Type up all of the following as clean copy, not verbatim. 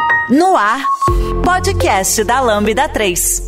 No ar, podcast da Lambda 3.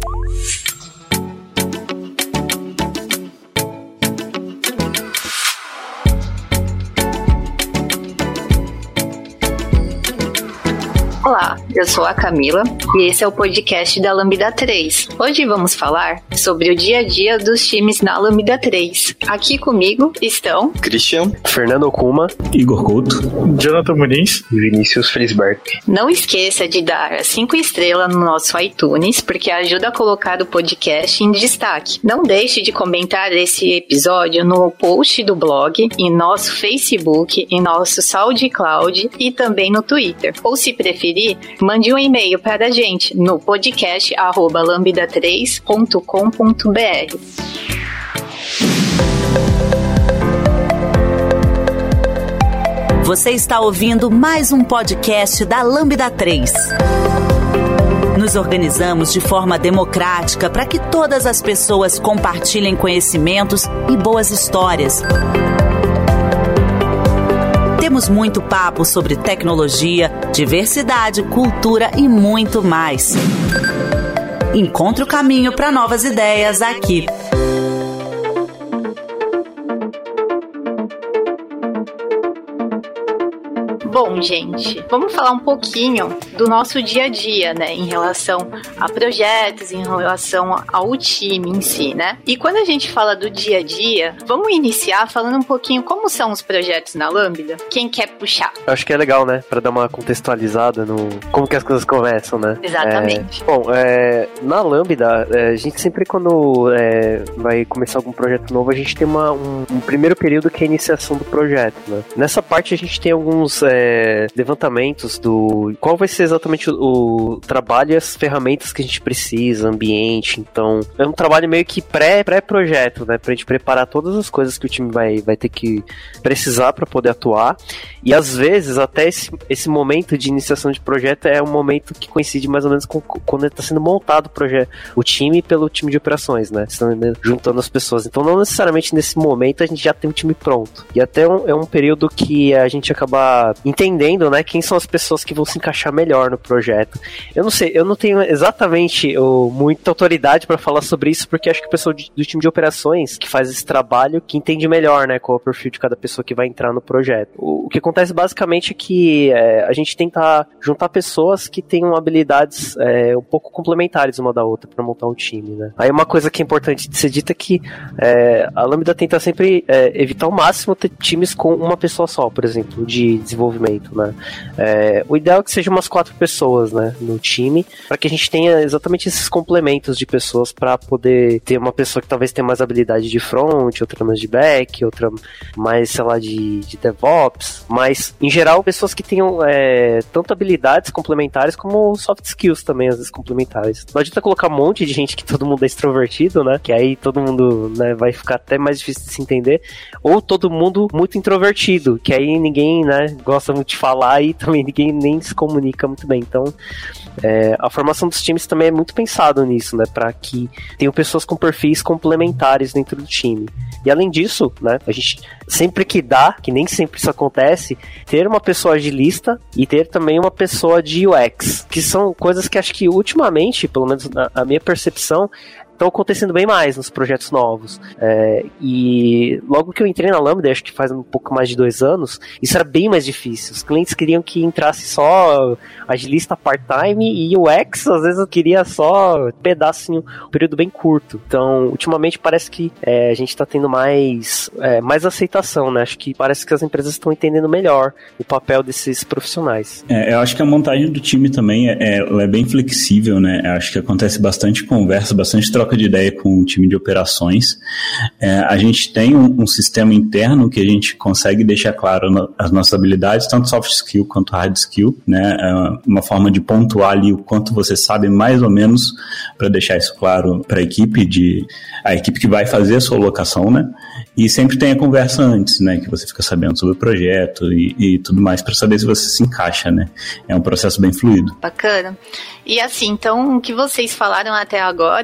Olá, eu sou a Camila e esse é o podcast da Lambda 3. Hoje vamos falar sobre o dia a dia dos times na Lambda 3. Aqui comigo estão Christian, Fernando Okuma, Igor Couto, Jonathan Muniz e Vinícius Frisberg. Não esqueça de dar 5 estrelas no nosso iTunes, porque ajuda a colocar o podcast em destaque. Não deixe de comentar esse episódio no post do blog, em nosso Facebook, em nosso SoundCloud e também no Twitter. Ou se preferir, mande um e-mail para a gente no podcast@lambda3.com.br. Você está ouvindo mais um podcast da Lambda 3. Nos organizamos de forma democrática para que todas as pessoas compartilhem conhecimentos e boas histórias. Temos muito papo sobre tecnologia, diversidade, cultura e muito mais. Encontre o caminho para novas ideias aqui. Bom, gente, vamos falar um pouquinho do nosso dia a dia, né, em relação a projetos, em relação ao time em si, né? E quando a gente fala do dia a dia, vamos iniciar falando um pouquinho como são os projetos na Lambda? Quem quer puxar? Eu acho que é legal, né, pra dar uma contextualizada no como que as coisas começam, né? Exatamente. Na Lambda, a gente sempre quando vai começar algum projeto novo, a gente tem um primeiro período que é a iniciação do projeto, né? Nessa parte a gente tem alguns levantamentos do qual vai ser exatamente o trabalho e as ferramentas que a gente precisa, ambiente. Então, é um trabalho meio que pré-projeto, né? Pra gente preparar todas as coisas que o time vai ter que precisar para poder atuar. E às vezes, até esse momento de iniciação de projeto é um momento que coincide mais ou menos com quando está sendo montado o time pelo time de operações, né? Estão juntando as pessoas. Então, não necessariamente nesse momento a gente já tem um time pronto. E até é um período que a gente acaba entendendo, né, quem são as pessoas que vão se encaixar melhor no projeto. Eu não sei, eu não tenho exatamente muita autoridade para falar sobre isso, porque acho que o pessoal do time de operações que faz esse trabalho, que entende melhor, né, qual é o perfil de cada pessoa que vai entrar no projeto. O que acontece basicamente é que a gente tenta juntar pessoas que tenham habilidades um pouco complementares uma da outra para montar um time, né. Aí uma coisa que é importante de ser dita é que a Lambda tenta sempre evitar ao máximo ter times com uma pessoa só, por exemplo, de desenvolvimento, né? O ideal é que sejam umas 4 pessoas, né, no time, para que a gente tenha exatamente esses complementos de pessoas para poder ter uma pessoa que talvez tenha mais habilidade de front, outra mais de back, outra mais, sei lá, de DevOps, mas em geral pessoas que tenham tanto habilidades complementares como soft skills também, às vezes complementares. Não adianta colocar um monte de gente que todo mundo é extrovertido, né, que aí todo mundo, né, vai ficar até mais difícil de se entender, ou todo mundo muito introvertido, que aí ninguém, né, gosta muito de falar e também ninguém nem se comunica muito bem. Então, a formação dos times também é muito pensado nisso, né, para que tenham pessoas com perfis complementares dentro do time. E além disso, né, a gente sempre que dá, que nem sempre isso acontece, ter uma pessoa agilista e ter também uma pessoa de UX, que são coisas que acho que ultimamente, pelo menos a minha percepção, estão acontecendo bem mais nos projetos novos. E logo que eu entrei na Lambda, acho que faz um pouco mais de 2 anos, isso era bem mais difícil. Os clientes queriam que entrasse só agilista part-time e UX, às vezes eu queria só pedacinho, um período bem curto. Então, ultimamente parece que a gente está tendo mais aceitação, né? Acho que parece que as empresas estão entendendo melhor o papel desses profissionais. Eu acho que a montagem do time também ela é bem flexível, né? Eu acho que acontece bastante conversa, bastante troca de ideia com o time de operações. A gente tem um sistema interno que a gente consegue deixar claro as nossas habilidades, tanto soft skill quanto hard skill, né? Uma forma de pontuar ali o quanto você sabe mais ou menos para deixar isso claro para a equipe que vai fazer a sua locação, né? E sempre tem a conversa antes, né? Que você fica sabendo sobre o projeto e tudo mais para saber se você se encaixa, né? É um processo bem fluido. Bacana. E assim, então, o que vocês falaram até agora, a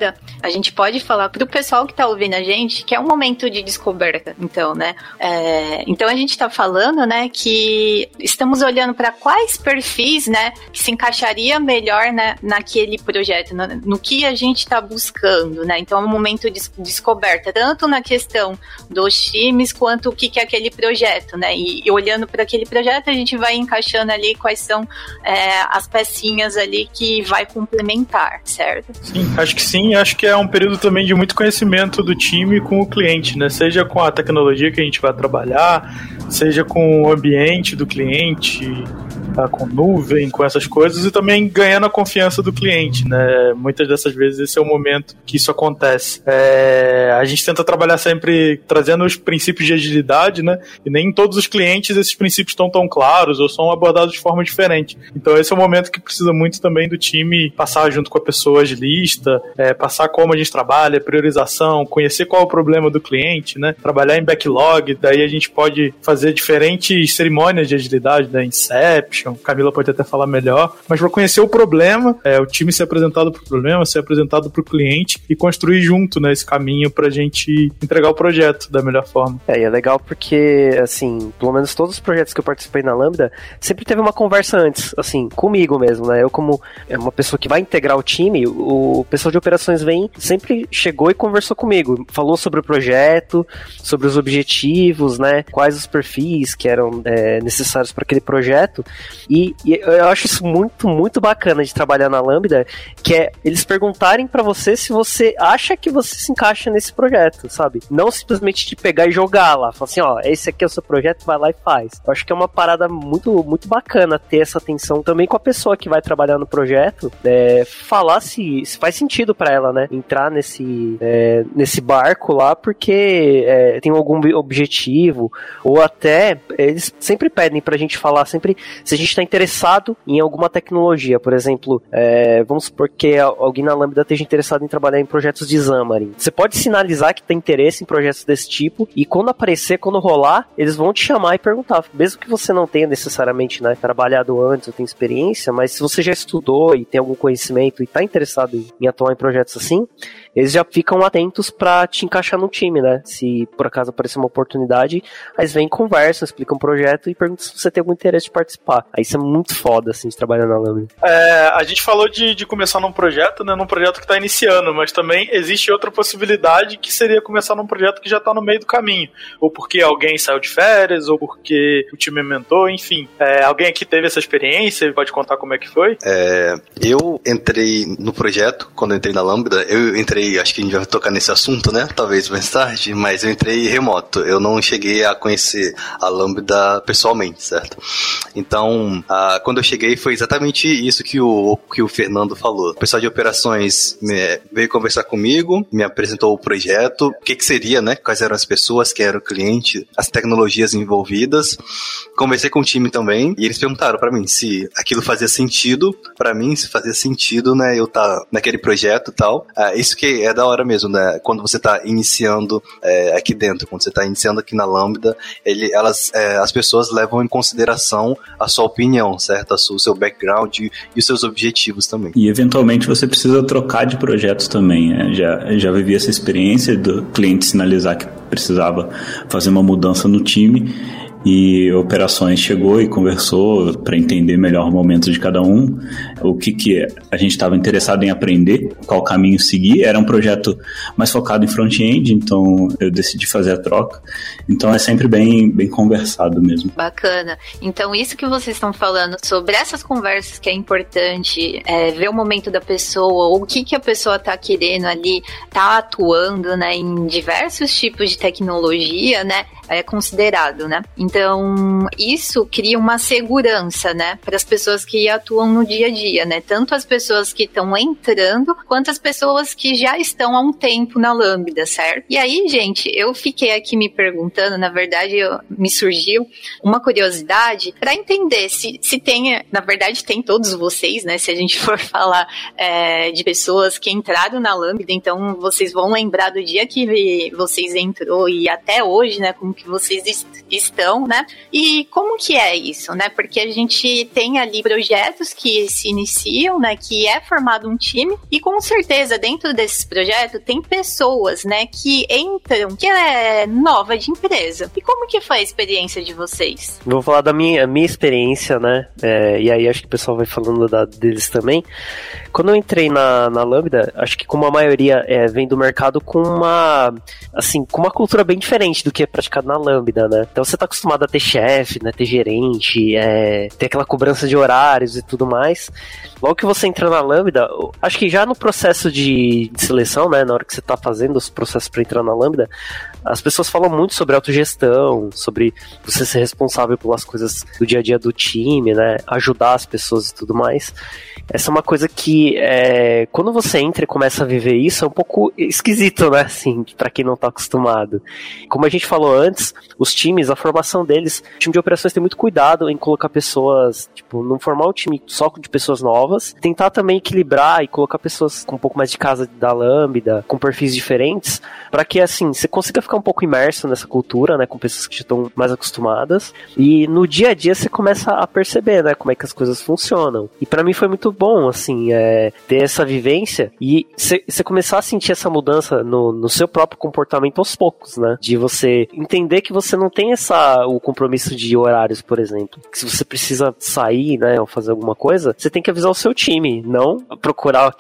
gente pode falar pro pessoal que tá ouvindo a gente que é um momento de descoberta, então, né? Então a gente tá falando, né, que estamos olhando para quais perfis, né, que se encaixaria melhor, né, naquele projeto, no que a gente tá buscando, né? Então é um momento de descoberta, tanto na questão dos times, quanto o que é aquele projeto, né? E olhando para aquele projeto, a gente vai encaixando ali quais são as pecinhas ali que vai complementar, certo? Sim, acho que sim. Acho que é um período também de muito conhecimento do time com o cliente, né? Seja com a tecnologia que a gente vai trabalhar, seja com o ambiente do cliente, com nuvem, com essas coisas, e também ganhando a confiança do cliente, né? Muitas dessas vezes esse é o momento que isso acontece. A gente tenta trabalhar sempre trazendo os princípios de agilidade, né? E nem em todos os clientes esses princípios estão tão claros ou são abordados de forma diferente. Então esse é o momento que precisa muito também do time passar junto com a pessoa agilista, passar como a gente trabalha, priorização, conhecer qual é o problema do cliente, né? Trabalhar em backlog, daí a gente pode fazer diferentes cerimônias de agilidade, né? Inception, Camila pode até falar melhor, mas para conhecer o problema, o time ser apresentado para o problema, ser apresentado para o cliente e construir junto, né, esse caminho para a gente entregar o projeto da melhor forma. E é legal porque, assim, pelo menos todos os projetos que eu participei na Lambda, sempre teve uma conversa antes, assim, comigo mesmo, né? Eu, como uma pessoa que vai integrar o time, o pessoal de operações sempre chegou e conversou comigo, falou sobre o projeto, sobre os objetivos, né? Quais os perfis que eram necessários para aquele projeto. E eu acho isso muito, muito bacana de trabalhar na Lambda, que é eles perguntarem pra você se você acha que você se encaixa nesse projeto, sabe? Não simplesmente te pegar e jogar lá, falar assim, ó, esse aqui é o seu projeto, vai lá e faz. Eu acho que é uma parada muito, muito bacana ter essa atenção também com a pessoa que vai trabalhar no projeto, falar se faz sentido pra ela, né? Entrar nesse barco lá porque tem algum objetivo, ou até eles sempre pedem pra gente falar sempre se a gente está interessado em alguma tecnologia, por exemplo, vamos supor que alguém na Lambda esteja interessado em trabalhar em projetos de Xamarin. Você pode sinalizar que tem interesse em projetos desse tipo, e quando aparecer, quando rolar, eles vão te chamar e perguntar, mesmo que você não tenha necessariamente, né, trabalhado antes ou tenha experiência, mas se você já estudou e tem algum conhecimento e está interessado em atuar em projetos assim, eles já ficam atentos para te encaixar no time, né? Se por acaso aparecer uma oportunidade, eles vêm, conversam, explicam o projeto e perguntam se você tem algum interesse de participar. Aí isso é muito foda, assim, de trabalhar na Lambda. A gente falou de começar num projeto, né? Num projeto que está iniciando, mas também existe outra possibilidade que seria começar num projeto que já está no meio do caminho. Ou porque alguém saiu de férias, ou porque o time aumentou, enfim. Alguém aqui teve essa experiência e pode contar como é que foi? Eu entrei no projeto, quando eu entrei na Lambda, eu entrei, acho que a gente vai tocar nesse assunto, né? Talvez mais tarde, mas eu entrei remoto. Eu não cheguei a conhecer a Lambda pessoalmente, certo? Então, quando eu cheguei, foi exatamente isso que o Fernando falou. O pessoal de operações veio conversar comigo, me apresentou o projeto, o que seria, né? Quais eram as pessoas, quem era o cliente, as tecnologias envolvidas. Conversei com o time também, e eles perguntaram pra mim se aquilo fazia sentido pra mim, se fazia sentido, né? Eu tá naquele projeto e tal. Isso que é da hora mesmo, né? Quando você tá iniciando aqui dentro, quando você tá iniciando aqui na Lambda, as pessoas levam em consideração a sua opinião, certo? O seu background e os seus objetivos também. E eventualmente você precisa trocar de projetos também, né? Já vivi essa experiência do cliente sinalizar que precisava fazer uma mudança no time, e operações chegou e conversou para entender melhor o momento de cada um, o que a gente estava interessado em aprender, qual caminho seguir. Era um projeto mais focado em front-end, então eu decidi fazer a troca. Então é sempre bem conversado mesmo. Bacana. Então isso que vocês estão falando sobre essas conversas, que é importante, ver o momento da pessoa, o que a pessoa está querendo ali, está atuando, né, em diversos tipos de tecnologia, né, é considerado, né? Então, isso cria uma segurança, né, para as pessoas que atuam no dia a dia, né? Tanto as pessoas que estão entrando, quanto as pessoas que já estão há um tempo na Lambda, certo? E aí, gente, eu fiquei aqui me perguntando, na verdade, me surgiu uma curiosidade para entender se tem, na verdade, tem todos vocês, né? Se a gente for falar de pessoas que entraram na Lambda, então vocês vão lembrar do dia que vocês entrou e até hoje, né? Como que vocês estão, gestão, né? E como que é isso, né? Porque a gente tem ali projetos que se iniciam, né? Que é formado um time e com certeza dentro desses projetos tem pessoas, né? Que entram, que é nova de empresa. E como que foi a experiência de vocês? Vou falar da minha experiência, né? E aí acho que o pessoal vai falando deles também. Quando eu entrei na Lambda, acho que como a maioria vem do mercado com uma cultura bem diferente do que é praticado na Lambda, né? Então você tá acostumado a ter chefe, né? Ter gerente, ter aquela cobrança de horários e tudo mais. Logo que você entra na Lambda, acho que já no processo de seleção, né? Na hora que você tá fazendo os processos para entrar na Lambda, as pessoas falam muito sobre autogestão, sobre você ser responsável pelas coisas do dia a dia do time, né? Ajudar as pessoas e tudo mais. Essa é uma coisa que, quando você entra e começa a viver isso, é um pouco esquisito, né? Assim, pra quem não tá acostumado. Como a gente falou antes, os times, a formação deles, o time de operações tem muito cuidado em colocar pessoas, tipo, não formar um time só de pessoas novas, tentar também equilibrar e colocar pessoas com um pouco mais de casa da Lambda, com perfis diferentes, pra que, assim, você consiga ficar um pouco imerso nessa cultura, né? Com pessoas que já estão mais acostumadas. E no dia a dia você começa a perceber, né? Como é que as coisas funcionam. E pra mim foi muito bom, assim, ter essa vivência e você começar a sentir essa mudança no seu próprio comportamento aos poucos, né? De você entender que você não tem o compromisso de horários, por exemplo. Que se você precisa sair, né, ou fazer alguma coisa, você tem que avisar o seu time, não procurar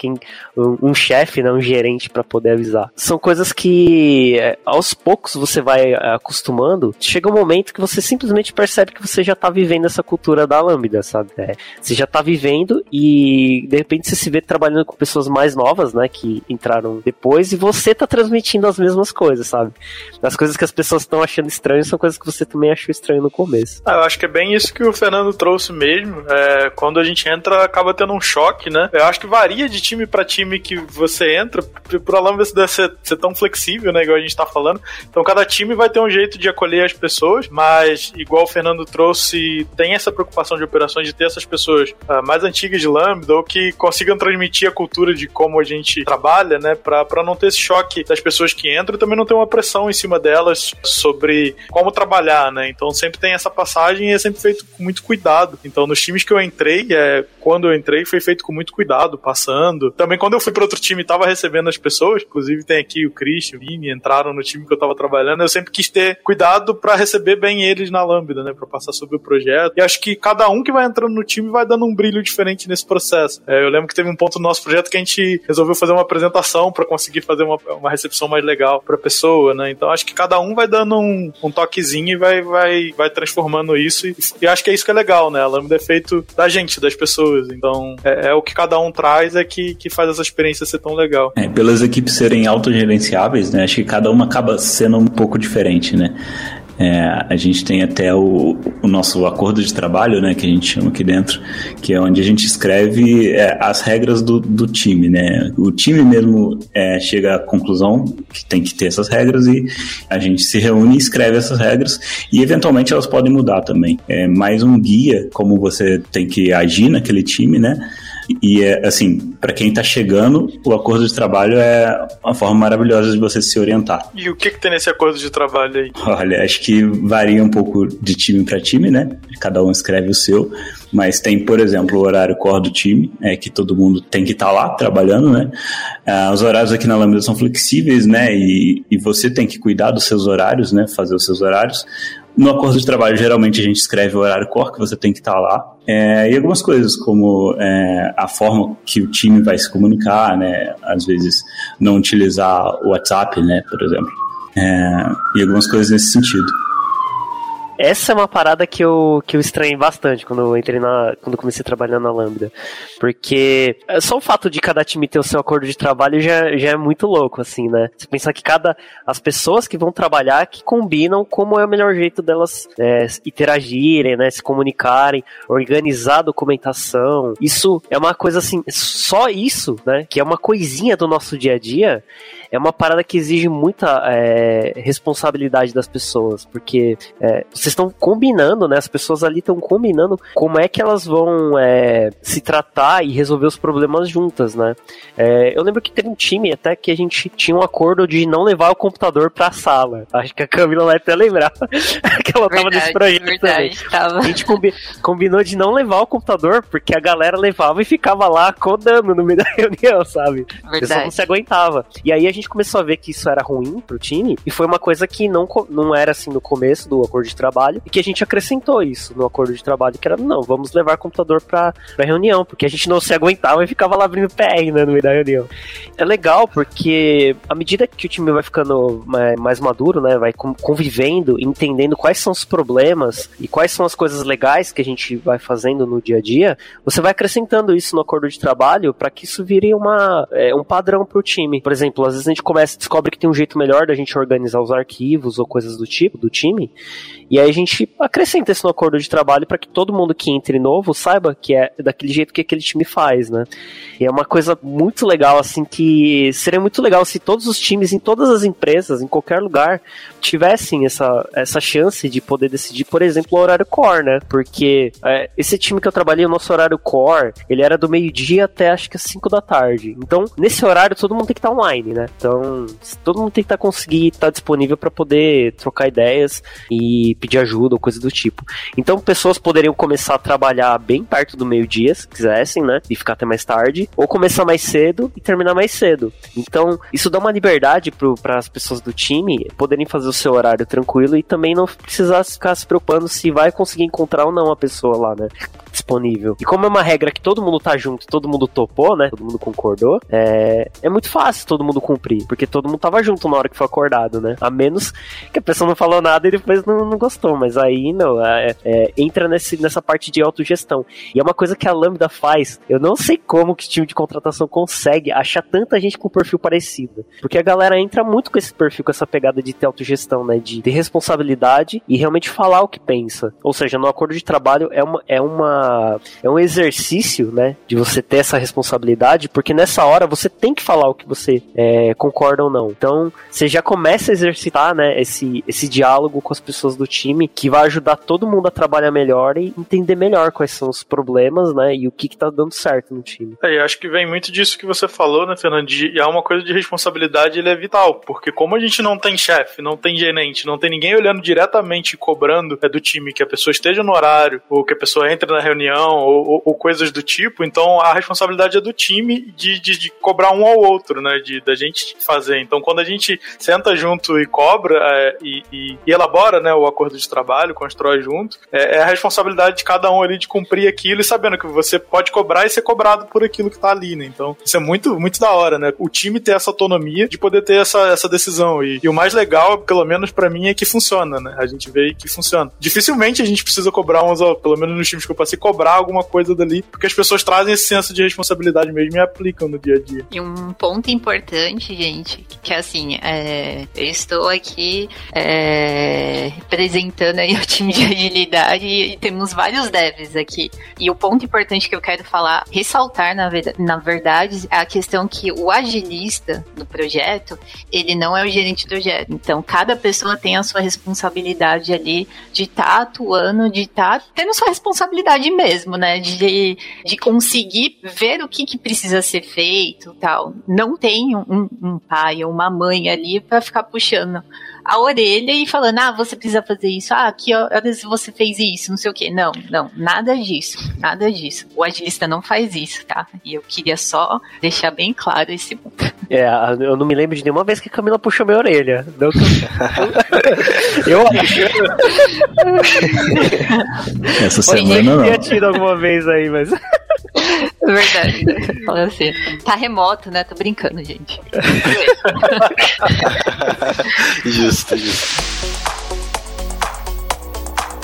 um chefe, né, um gerente pra poder avisar. São coisas que aos poucos você vai acostumando, chega um momento que você simplesmente percebe que você já tá vivendo essa cultura da Lambda, sabe? Você já tá vivendo e de repente você se vê trabalhando com pessoas mais novas, né, que entraram depois, e você tá transmitindo as mesmas coisas, sabe? As coisas que as pessoas estão achando estranhas são coisas que você também achou estranho no começo. Eu acho que é bem isso que o Fernando trouxe mesmo. Quando a gente entra, acaba tendo um choque, né? Eu acho que varia de time pra time que você entra. Por a Lambda deve ser tão flexível, né, igual a gente tá falando. Então cada time vai ter um jeito de acolher as pessoas, mas igual o Fernando trouxe, tem essa preocupação de operações de ter essas pessoas mais antigas de Lambda ou que consigam transmitir a cultura de como a gente trabalha, né, pra não ter esse choque das pessoas que entram e também não ter uma pressão em cima delas sobre como trabalhar, né? Então sempre tem essa passagem e é sempre feito com muito cuidado. Então nos times que eu entrei, quando eu entrei, foi feito com muito cuidado, passando. Também quando eu fui para outro time, tava recebendo as pessoas, inclusive tem aqui o Christian, o Vini, entraram no time que eu tava trabalhando, eu sempre quis ter cuidado para receber bem eles na Lambda, né, para passar sobre o projeto. E acho que cada um que vai entrando no time vai dando um brilho diferente nesse processo. Eu lembro que teve um ponto no nosso projeto que a gente resolveu fazer uma apresentação para conseguir fazer uma recepção mais legal pra pessoa, né? Então acho que cada um vai dando um toquezinho e vai transformando isso, e acho que é isso que é legal, né? A Lambda é feito da gente, das pessoas, então o que cada um traz que faz essa experiência ser tão legal. Pelas equipes serem autogerenciáveis, né? Acho que cada uma acaba sendo um pouco diferente, né? A gente tem até o nosso acordo de trabalho, né, que a gente chama aqui dentro, que é onde a gente escreve as regras do time, né? O time mesmo chega à conclusão que tem que ter essas regras e a gente se reúne e escreve essas regras e eventualmente elas podem mudar também. É mais um guia como você tem que agir naquele time, né? E assim, para quem tá chegando, o acordo de trabalho é uma forma maravilhosa de você se orientar. E o que tem nesse acordo de trabalho aí? Olha, acho que varia um pouco de time para time, né? Cada um escreve o seu, mas tem, por exemplo, o horário core do time, que todo mundo tem que estar lá trabalhando, né? Os horários aqui na Lambda são flexíveis, né? E você tem que cuidar dos seus horários, né? Fazer os seus horários. No acordo de trabalho, geralmente a gente escreve o horário core que você tem que estar lá. E algumas coisas como a forma que o time vai se comunicar, né? Às vezes não utilizar o WhatsApp, né? Por exemplo. E algumas coisas nesse sentido. Essa é uma parada que eu estranhei bastante quando eu comecei a trabalhar na Lambda. Porque só o fato de cada time ter o seu acordo de trabalho já é muito louco, assim, né? Você pensar que as pessoas que vão trabalhar que combinam como é o melhor jeito delas interagirem, né? Se comunicarem, organizar a documentação. Isso é uma coisa assim, só isso, né? Que é uma coisinha do nosso dia a dia. é uma parada que exige muita responsabilidade das pessoas, porque vocês estão combinando, né? As pessoas ali estão combinando como é que elas vão se tratar e resolver os problemas juntas, né? Eu lembro que teve um time até que a gente tinha um acordo de não levar o computador pra sala. Acho que a Camila vai até lembrar que ela tava nesse projeto também. Tava. A gente combinou de não levar o computador, porque a galera levava e ficava lá codando no meio da reunião, sabe? A pessoa não se aguentava. E aí a gente começou a ver que isso era ruim pro time, e foi uma coisa que não era assim no começo do acordo de trabalho, e que a gente acrescentou isso no acordo de trabalho, que era, não, vamos levar computador pra reunião, porque a gente não se aguentava e ficava lá abrindo PR, né, no meio da reunião. É legal, porque à medida que o time vai ficando mais maduro, né, vai convivendo, entendendo quais são os problemas e quais são as coisas legais que a gente vai fazendo no dia a dia, você vai acrescentando isso no acordo de trabalho para que isso vire um padrão pro time. Por exemplo, às vezes a gente descobre que tem um jeito melhor da gente organizar os arquivos ou coisas do tipo, do time, e aí a gente acrescenta isso no acordo de trabalho para que todo mundo que entre novo saiba que é daquele jeito que aquele time faz, né? E é uma coisa muito legal, assim, que seria muito legal se todos os times, em todas as empresas, em qualquer lugar, tivessem essa chance de poder decidir, por exemplo, o horário core, né? Porque esse time que eu trabalhei, o nosso horário core, ele era do meio-dia até acho que as 5 da tarde. Então, nesse horário, todo mundo tem que estar online, né? Então, todo mundo tem que conseguir estar disponível para poder trocar ideias e pedir ajuda ou coisa do tipo. Então, pessoas poderiam começar a trabalhar bem perto do meio-dia, se quisessem, né? E ficar até mais tarde. Ou começar mais cedo e terminar mais cedo. Então, isso dá uma liberdade para as pessoas do time poderem fazer o seu horário tranquilo e também não precisar ficar se preocupando se vai conseguir encontrar ou não a pessoa lá, né? Disponível. E como é uma regra que todo mundo tá junto, todo mundo topou, né? Todo mundo concordou, é muito fácil todo mundo cumprir, porque todo mundo tava junto na hora que foi acordado, né? A menos que a pessoa não falou nada e depois não gostou, mas aí não, entra nessa parte de autogestão. E é uma coisa que a Lambda faz, eu não sei como que o time de contratação consegue achar tanta gente com perfil parecido, porque a galera entra muito com esse perfil, com essa pegada de ter autogestão, né? De ter responsabilidade e realmente falar o que pensa. Ou seja, no acordo de trabalho é um exercício, né, de você ter essa responsabilidade, porque nessa hora você tem que falar o que você concorda ou não. Então, você já começa a exercitar, né, esse diálogo com as pessoas do time, que vai ajudar todo mundo a trabalhar melhor e entender melhor quais são os problemas, né, e o que tá dando certo no time. Eu acho que vem muito disso que você falou, né, Fernando, e é uma coisa de responsabilidade, ele é vital, porque como a gente não tem chefe, não tem gerente, não tem ninguém olhando diretamente e cobrando do time que a pessoa esteja no horário, ou que a pessoa entre na reunião, ou coisas do tipo, então a responsabilidade é do time de cobrar um ao outro, né, da gente fazer. Então quando a gente senta junto e cobra e elabora, né, o acordo de trabalho, constrói junto, é a responsabilidade de cada um ali de cumprir aquilo e sabendo que você pode cobrar e ser cobrado por aquilo que tá ali, né, então isso é muito, muito da hora, né, o time ter essa autonomia de poder ter essa decisão e o mais legal, pelo menos pra mim, é que funciona, né, a gente vê que funciona. Dificilmente a gente precisa cobrar pelo menos nos times que eu passei, cobrar alguma coisa dali, porque as pessoas trazem esse senso de responsabilidade mesmo e aplicam no dia a dia. E um ponto importante, gente, que assim, eu estou aqui representando aí o time de agilidade e temos vários devs aqui. E o ponto importante que eu quero ressaltar, na verdade, é a questão que o agilista do projeto, ele não é o gerente do projeto. Então, cada pessoa tem a sua responsabilidade ali de estar atuando, de estar tendo sua responsabilidade mesmo, né? De conseguir ver o que precisa ser feito e tal. Não tem um pai ou uma mãe ali para ficar puxando a orelha e falando, você precisa fazer isso, aqui, olha se você fez isso, não sei o quê. Não, nada disso. O agilista não faz isso, tá? E eu queria só deixar bem claro esse ponto. Eu não me lembro de nenhuma vez que a Camila puxou minha orelha. Não, eu acho. Essa semana não. Eu tinha tido alguma vez aí, mas... É verdade, né? Fala assim, tá remoto, né? Tô brincando, gente. Justo.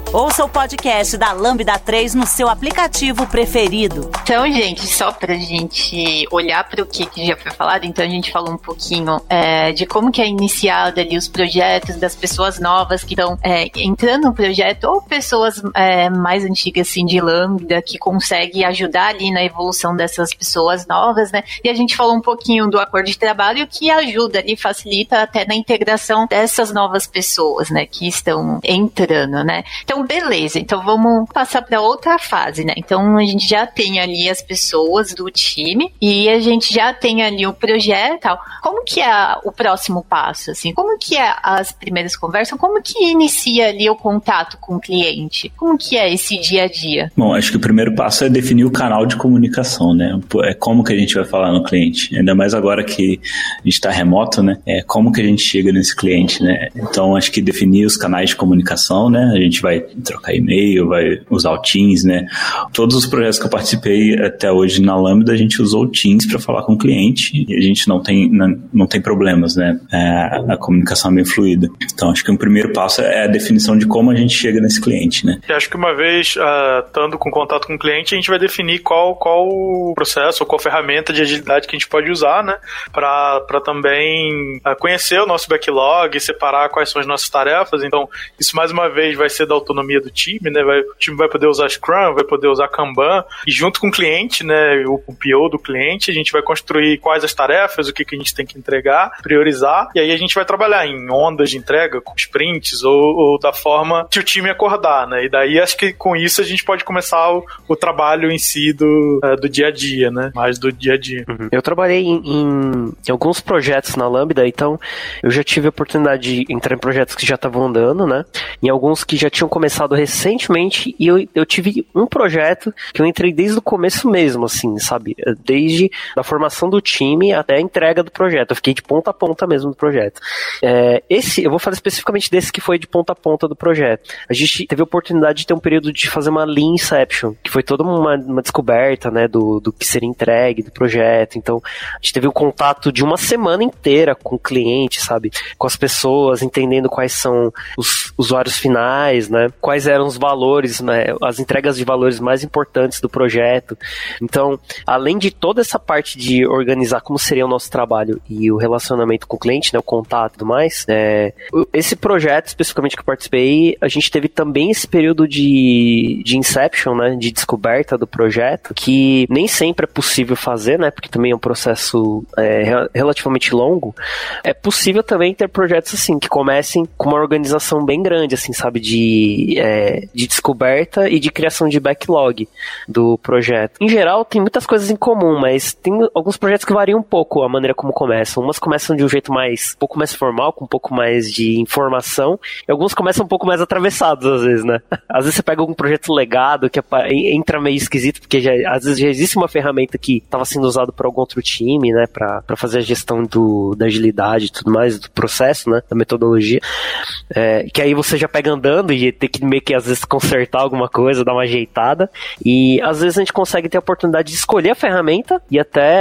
Ouça o podcast da Lambda 3 no seu aplicativo preferido. Então, gente, só pra gente olhar para o que já foi falado, então a gente falou um pouquinho de como que é iniciado ali os projetos das pessoas novas que estão entrando no projeto, ou pessoas mais antigas, assim, de Lambda, que conseguem ajudar ali na evolução dessas pessoas novas, né? E a gente falou um pouquinho do acordo de trabalho que ajuda ali, facilita até na integração dessas novas pessoas, né, que estão entrando, né? Então, beleza. Então, vamos passar para outra fase, né? Então, a gente já tem ali as pessoas do time e a gente já tem ali o projeto e tal. Como que é o próximo passo, assim? Como que é as primeiras conversas? Como que inicia ali o contato com o cliente? Como que é esse dia a dia? Bom, acho que o primeiro passo é definir o canal de comunicação, né? É como que a gente vai falar no cliente. Ainda mais agora que a gente está remoto, né? Como que a gente chega nesse cliente, né? Então, acho que definir os canais de comunicação, né? A gente vai trocar e-mail, vai usar o Teams, né? Todos os projetos que eu participei até hoje na Lambda, a gente usou o Teams para falar com o cliente e a gente não tem problemas, né? A comunicação é bem fluida. Então, acho que o primeiro passo é a definição de como a gente chega nesse cliente, né? E acho que uma vez, estando com contato com o cliente, a gente vai definir qual o processo ou qual ferramenta de agilidade que a gente pode usar, né? Para também conhecer o nosso backlog, separar quais são as nossas tarefas. Então, isso mais uma vez vai ser da autonomia do time, né? O time vai poder usar Scrum, vai poder usar Kanban, e junto com o cliente, né? O PO do cliente, a gente vai construir quais as tarefas, o que a gente tem que entregar, priorizar, e aí a gente vai trabalhar em ondas de entrega, com sprints, ou da forma que o time acordar, né? E daí acho que com isso a gente pode começar o trabalho em si do dia a dia, né? Mais do dia a dia. Uhum. Eu trabalhei em alguns projetos na Lambda, então eu já tive a oportunidade de entrar em projetos que já estavam andando, né? Em alguns que já tinham começado recentemente, e eu tive um projeto que eu entrei desde o começo mesmo, assim, sabe? Desde a formação do time até a entrega do projeto. Eu fiquei de ponta a ponta mesmo do projeto. Eu vou falar especificamente desse que foi de ponta a ponta do projeto. A gente teve a oportunidade de ter um período de fazer uma Lean Inception, que foi toda uma descoberta, né, do que seria entregue do projeto. Então, a gente teve o contato de uma semana inteira com o cliente, sabe? Com as pessoas, entendendo quais são os usuários finais, né? Quais eram os valores, né? As entregas de valores mais importantes do projeto. Então, além de toda essa parte de organizar como seria o nosso trabalho e o relacionamento com o cliente, né? O contato e tudo mais, esse projeto, especificamente que eu participei, a gente teve também esse período de inception, né? De descoberta do projeto, que nem sempre é possível fazer, né? Porque também é um processo relativamente longo. É possível também ter projetos assim, que comecem com uma organização bem grande, assim, sabe, de descoberta e de criação de backlog do projeto. Em geral, tem muitas coisas em comum, mas tem alguns projetos que variam um pouco a maneira como começam. Umas começam de um jeito um pouco mais formal, com um pouco mais de informação, e alguns começam um pouco mais atravessados, às vezes, né? Às vezes você pega algum projeto legado que entra meio esquisito, porque às vezes já existe uma ferramenta que estava sendo usada por algum outro time, né, pra fazer a gestão da agilidade e tudo mais, do processo, né, da metodologia, que aí você já pega andando e tem que meio que às vezes consertar alguma coisa, dar uma ajeitada, e às vezes a gente consegue ter a oportunidade de escolher a ferramenta e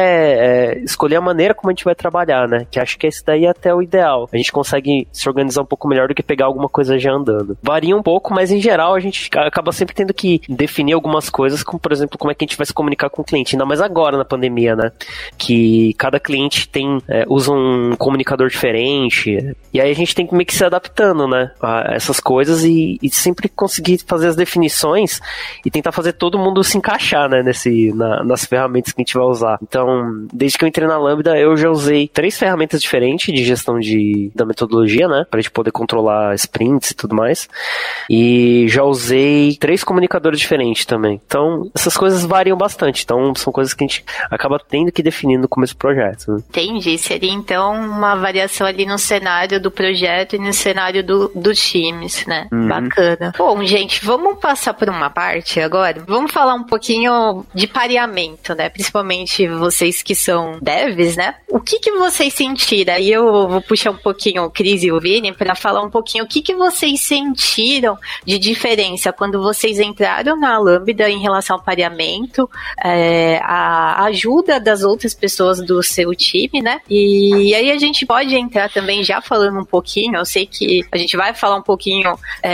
até escolher a maneira como a gente vai trabalhar, né, que acho que esse daí é até o ideal. A gente consegue se organizar um pouco melhor do que pegar alguma coisa já andando. Varia um pouco, mas em geral a gente acaba sempre tendo que definir algumas coisas, como por exemplo, como é que a gente vai se comunicar com o cliente, ainda mais agora na pandemia, né, que cada cliente usa um comunicador diferente, e aí a gente tem que meio que se adaptando, né, a essas coisas e sempre conseguir fazer as definições e tentar fazer todo mundo se encaixar, né, nas ferramentas que a gente vai usar. Então, desde que eu entrei na Lambda, eu já usei 3 ferramentas diferentes de gestão da metodologia, né, pra gente poder controlar sprints e tudo mais, e já usei 3 comunicadores diferentes também. Então, essas coisas variam bastante, então são coisas que a gente acaba tendo que definir no começo do projeto, né? Entendi, seria então uma variação ali no cenário do projeto e no cenário dos times, né? Uhum. Bacana. Bom, gente, vamos passar por uma parte agora. Vamos falar um pouquinho de pareamento, né? Principalmente vocês que são devs, né? O que vocês sentiram? Aí eu vou puxar um pouquinho o Cris e o Vini para falar um pouquinho o que vocês sentiram de diferença quando vocês entraram na Lambda em relação ao pareamento, a ajuda das outras pessoas do seu time, né? E aí a gente pode entrar também já falando um pouquinho, eu sei que a gente vai falar um pouquinho,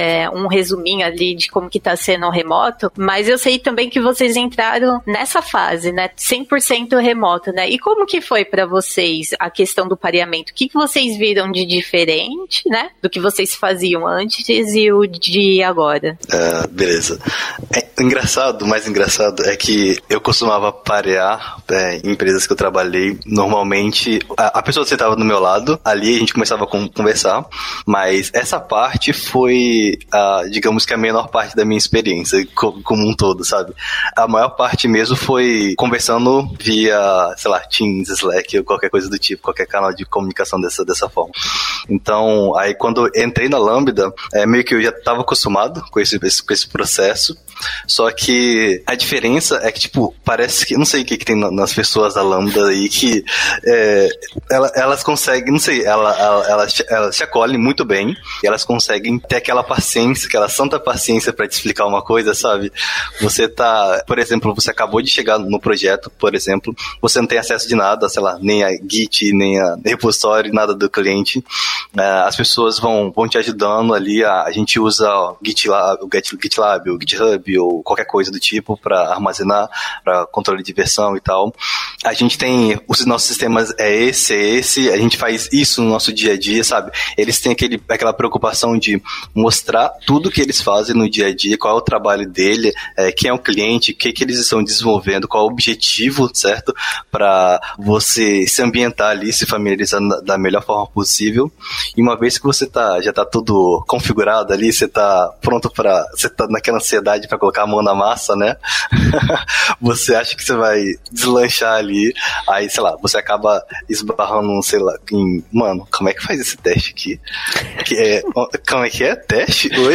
um resuminho ali de como que tá sendo o remoto, mas eu sei também que vocês entraram nessa fase, né, 100% remoto, né, e como que foi pra vocês a questão do pareamento? O que vocês viram de diferente, né, do que vocês faziam antes e o de agora? Beleza. O mais engraçado é que eu costumava parear em empresas que eu trabalhei, normalmente a pessoa sentava do meu lado, ali a gente começava a conversar, mas essa parte foi, digamos que a menor parte da minha experiência, como um todo, sabe? A maior parte mesmo foi conversando via, sei lá, Teams, Slack ou qualquer coisa do tipo, qualquer canal de comunicação dessa forma. Então, aí quando eu entrei na Lambda, meio que eu já estava acostumado com esse processo, só que a diferença é que, tipo, parece que, não sei o que tem nas pessoas da Lambda aí, que elas conseguem, não sei, elas te acolhem muito bem, e elas conseguem ter aquela paciência, aquela santa paciência pra te explicar uma coisa, sabe? Você tá, por exemplo, você acabou de chegar no projeto, por exemplo, você não tem acesso de nada, sei lá, nem a Git, nem a repositório, nada do cliente. As pessoas vão te ajudando ali, a gente usa o GitLab, o GitHub, ou qualquer coisa do tipo para armazenar, para controle de versão e tal. A gente tem, os nossos sistemas esse, a gente faz isso no nosso dia a dia, sabe? Eles têm aquela preocupação de mostrar tudo que eles fazem no dia a dia, qual é o trabalho dele, quem é o cliente, o que eles estão desenvolvendo, qual é o objetivo, certo? Para você se ambientar ali, se familiarizar da melhor forma possível. E uma vez que você já está tudo configurado ali, você está pronto você está naquela ansiedade para colocar a mão na massa, né? Você acha que você vai deslanchar ali, aí, sei lá, você acaba esbarrando, sei lá, mano, como é que faz esse teste aqui? Como é que é? Teste? Oi?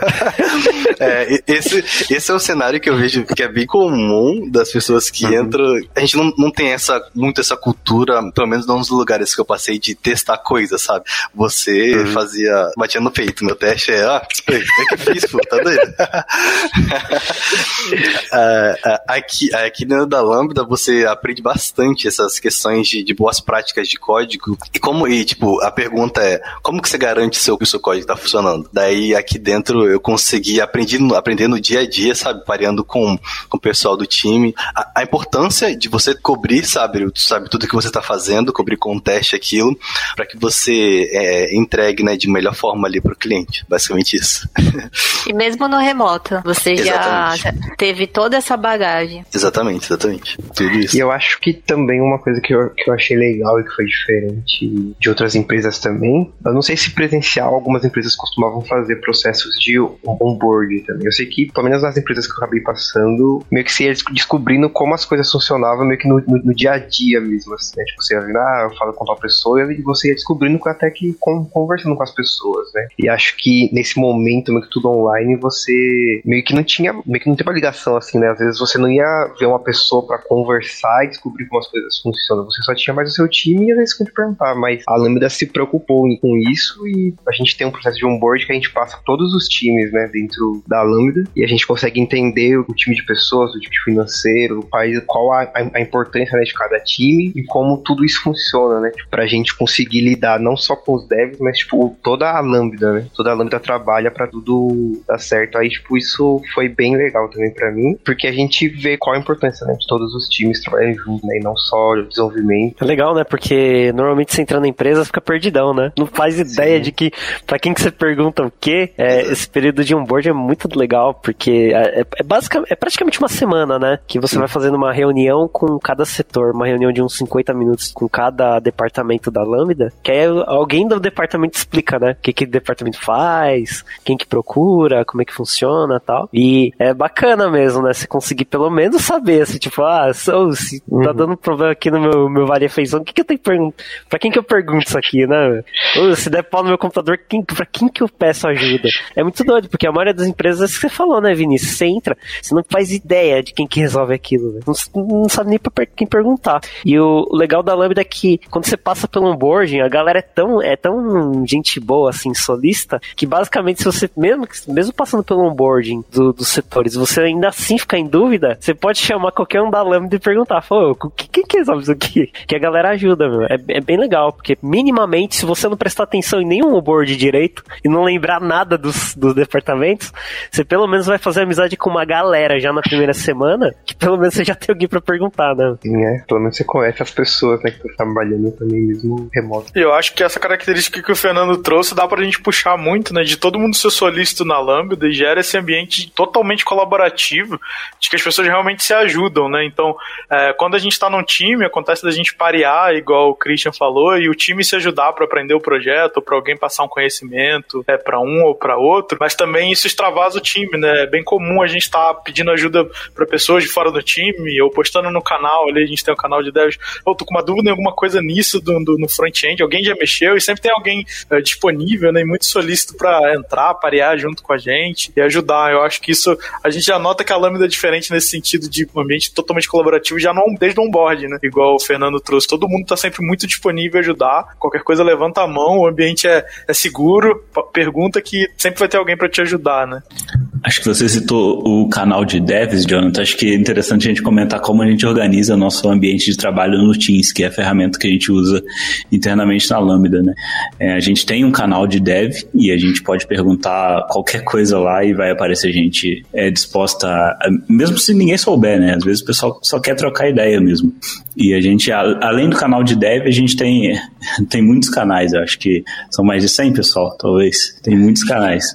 Esse é o cenário que eu vejo que é bem comum das pessoas que entram. A gente não tem muito essa cultura, pelo menos não nos lugares que eu passei, de testar coisas, sabe? Você batia no peito, meu teste é que fiz, pô, tá doido? Aqui dentro da Lambda você aprende bastante essas questões de boas práticas de código tipo, a pergunta é, como que você garante que o seu código está funcionando? Daí aqui dentro eu consegui aprender no dia a dia, sabe, pareando com o pessoal do time, a importância de você cobrir, sabe tudo que você está fazendo, cobrir com um teste aquilo, para que você entregue, né, de melhor forma ali para o cliente, basicamente isso. E mesmo no remoto, você já teve toda essa bagagem. Exatamente, tudo isso. E eu acho que também uma coisa que eu achei legal e que foi diferente de outras empresas também, eu não sei se presencial, algumas empresas costumavam fazer processos de onboarding também. Eu sei que, pelo menos nas empresas que eu acabei passando, meio que você ia descobrindo como as coisas funcionavam meio que no dia a dia mesmo, assim, né? Tipo, você ia vendo, eu falo com tal pessoa, e você ia descobrindo até que conversando com as pessoas, né? E acho que nesse momento, meio que tudo online, você meio que não teve uma ligação, assim, né? Às vezes você não ia ver uma pessoa pra conversar e descobrir como as coisas funcionam. Você só tinha mais o seu time e às vezes que te perguntar, mas a Lambda se preocupou com isso e a gente tem um processo de onboard que a gente passa todos os times, né, dentro da Lambda, e a gente consegue entender o time de pessoas, o time financeiro, o país, qual a importância, né, de cada time e como tudo isso funciona, né, tipo, pra gente conseguir lidar não só com os devs, mas, tipo, toda a Lambda, né, toda a Lambda trabalha pra tudo dar certo. Aí, tipo, isso foi bem legal também pra mim, porque a gente vê qual a importância, né, de todos os times trabalharem juntos, né, e não só o desenvolvimento. É legal, né, porque normalmente você entra na empresa fica perdidão, né, não faz ideia de que, pra quem que você pergunta o quê, esse período de onboard é muito legal, porque é praticamente uma semana, né, que você vai fazendo uma reunião com cada setor, uma reunião de uns 50 minutos com cada departamento da Lambda, que aí alguém do departamento explica, né, o que o departamento faz, quem que procura, como é que funciona e tal, e é bacana mesmo, né, você conseguir pelo menos saber, assim, tipo, se tá dando problema aqui no meu variação, o que eu tenho que perguntar, pra quem que eu pergunto isso aqui, né, se der pau no meu computador, pra quem que eu peço ajuda? É muito doido, porque a maioria das empresas é isso que você falou, né, Vinícius? Você entra, você não faz ideia de quem que resolve aquilo, né? Não sabe nem pra quem perguntar. E o legal da Lambda é que quando você passa pelo onboarding, a galera é tão gente boa, assim, solista, que basicamente se você, mesmo passando pelo onboarding dos setores, você ainda assim ficar em dúvida, você pode chamar qualquer um da Lambda e perguntar, quem sabe isso aqui? Que a galera ajuda, meu. É bem legal, porque minimamente, se você não prestar atenção em nenhum board direito e não lembrar nada dos departamentos, você pelo menos vai fazer amizade com uma galera já na primeira semana, que pelo menos você já tem alguém pra perguntar, né? Sim, pelo menos você conhece as pessoas, né, que estão trabalhando também mesmo remoto. Eu acho que essa característica que o Fernando trouxe dá pra gente puxar muito, né, de todo mundo ser solícito na Lambda e gera esse ambiente totalmente colaborativo, de que as pessoas realmente se ajudam, né? Então, quando a gente tá num time, acontece da gente parear, igual o Christian falou, e o time se ajudar pra aprender o projeto, ou pra alguém passar um conhecimento pra um ou pra outro, mas também isso extravasa o time, né? É bem comum a gente tá pedindo ajuda pra pessoas de fora do time, ou postando no canal ali, a gente tem um canal de devs, tô com uma dúvida em alguma coisa nisso no front-end, alguém já mexeu, e sempre tem alguém disponível, né, e muito solícito pra entrar, parear junto com a gente e ajudar. Eu acho que isso, a gente já nota que a Lambda é diferente nesse sentido de um ambiente totalmente colaborativo, já não desde o onboard, né? Igual o Fernando trouxe, todo mundo tá sempre muito disponível a ajudar, qualquer coisa levanta a mão, o ambiente é seguro, pergunta que sempre vai ter alguém pra te ajudar, né? Acho que você citou o canal de devs, Jonathan. Acho que é interessante a gente comentar como a gente organiza nosso ambiente de trabalho no Teams, que é a ferramenta que a gente usa internamente na Lambda, né? A gente tem um canal de dev e a gente pode perguntar qualquer coisa lá e vai aparecer gente disposta mesmo se ninguém souber, né? Às vezes o pessoal só quer trocar ideia mesmo. E a gente, além do canal de dev, a gente tem muitos canais. Eu acho que são mais de 100, pessoal, talvez. Tem muitos canais.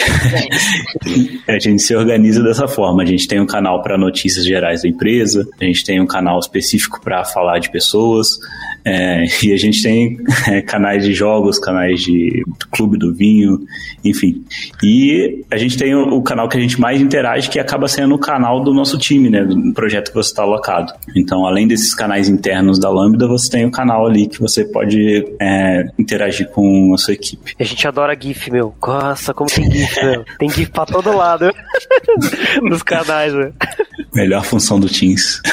A gente se organiza dessa forma. A gente tem um canal para notícias gerais da empresa, a gente tem um canal específico para falar de pessoas, e a gente tem canais de jogos, canais de Clube do Vinho, enfim. E a gente tem o canal que a gente mais interage, que acaba sendo o canal do nosso time, né, do projeto que você está alocado. Então, além desses canais internos da Lambda, você tem o canal ali que você pode interagir com a sua equipe. A gente adora GIF, meu. Nossa, como tem GIF, meu. Tem GIF pra todo lado nos canais, meu. Melhor função do Teams.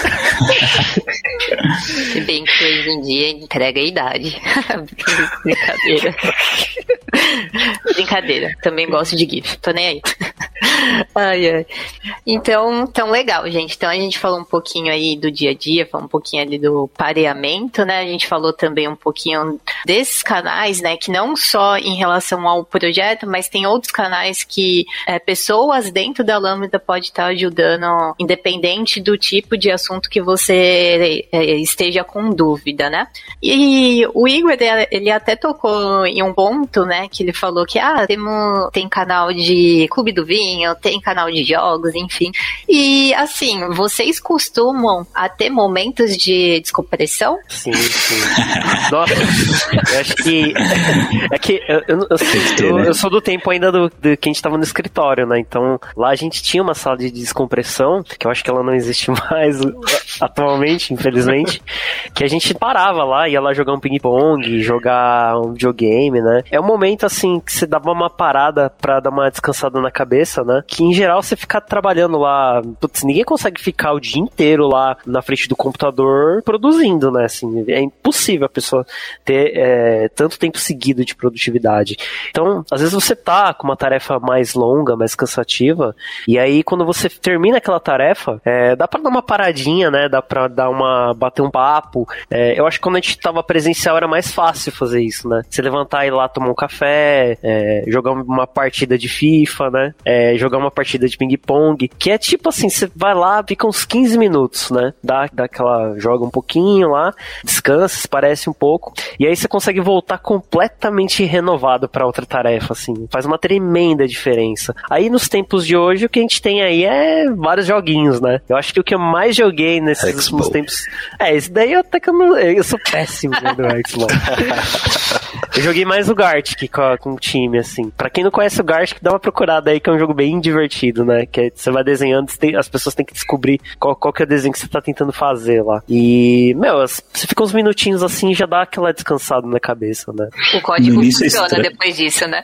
Se bem que hoje em dia entrega a idade. Brincadeira. Brincadeira. Também gosto de GIF. Tô nem aí. Ai. Então, legal, gente. Então a gente falou um pouquinho aí do dia a dia, falou um pouquinho ali do pareamento, né? A gente falou também um pouquinho desses canais, né? Que não só em relação ao projeto, mas tem outros canais que pessoas dentro da Lambda pode estar ajudando, independente do tipo de assunto que você esteja com dúvida, né? E o Igor, ele até tocou em um ponto, né? Que ele falou que tem canal de Clube do Vinho, tem canal de jogos, enfim. E assim, vocês costumam ter momentos de descompressão? Sim. Nossa, eu acho que eu sou do tempo ainda do que a gente tava no escritório, né? Então lá a gente tinha uma sala de descompressão, que eu acho que ela não existe mais atualmente, infelizmente, que a gente parava lá, ia lá jogar um ping-pong, jogar um videogame, né? É um momento assim que você dava uma parada pra dar uma descansada na cabeça, né? Que em geral você ficar trabalhando lá, putz, ninguém consegue ficar o dia inteiro lá na frente do computador produzindo, né? Assim, é impossível a pessoa ter tanto tempo seguido de produtividade. Então, às vezes você tá com uma tarefa mais longa, mais cansativa, e aí quando você termina aquela tarefa, dá pra dar uma paradinha, né? Dá pra bater um papo. Eu acho que quando a gente tava presencial era mais fácil fazer isso, né? Você levantar e ir lá tomar um café, jogar uma partida de FIFA, né? Jogar uma partida de ping-pong, que é tipo assim, você vai lá, fica uns 15 minutos, né? Dá joga um pouquinho lá, descansa, parece um pouco, e aí você consegue voltar completamente renovado pra outra tarefa, assim. Faz uma tremenda diferença. Aí nos tempos de hoje, o que a gente tem aí é vários joguinhos, né? Eu acho que o que eu mais joguei nesses últimos tempos... esse daí até que eu sou péssimo, né, do Xbox. Eu joguei mais o Gartic com o time, assim. Pra quem não conhece o Gartic, dá uma procurada aí, que é um jogo bem divertido, né? Que você vai desenhando, as pessoas têm que descobrir qual que é o desenho que você tá tentando fazer lá. E, você fica uns minutinhos assim e já dá aquela descansada na cabeça, né? O código funciona depois disso, né?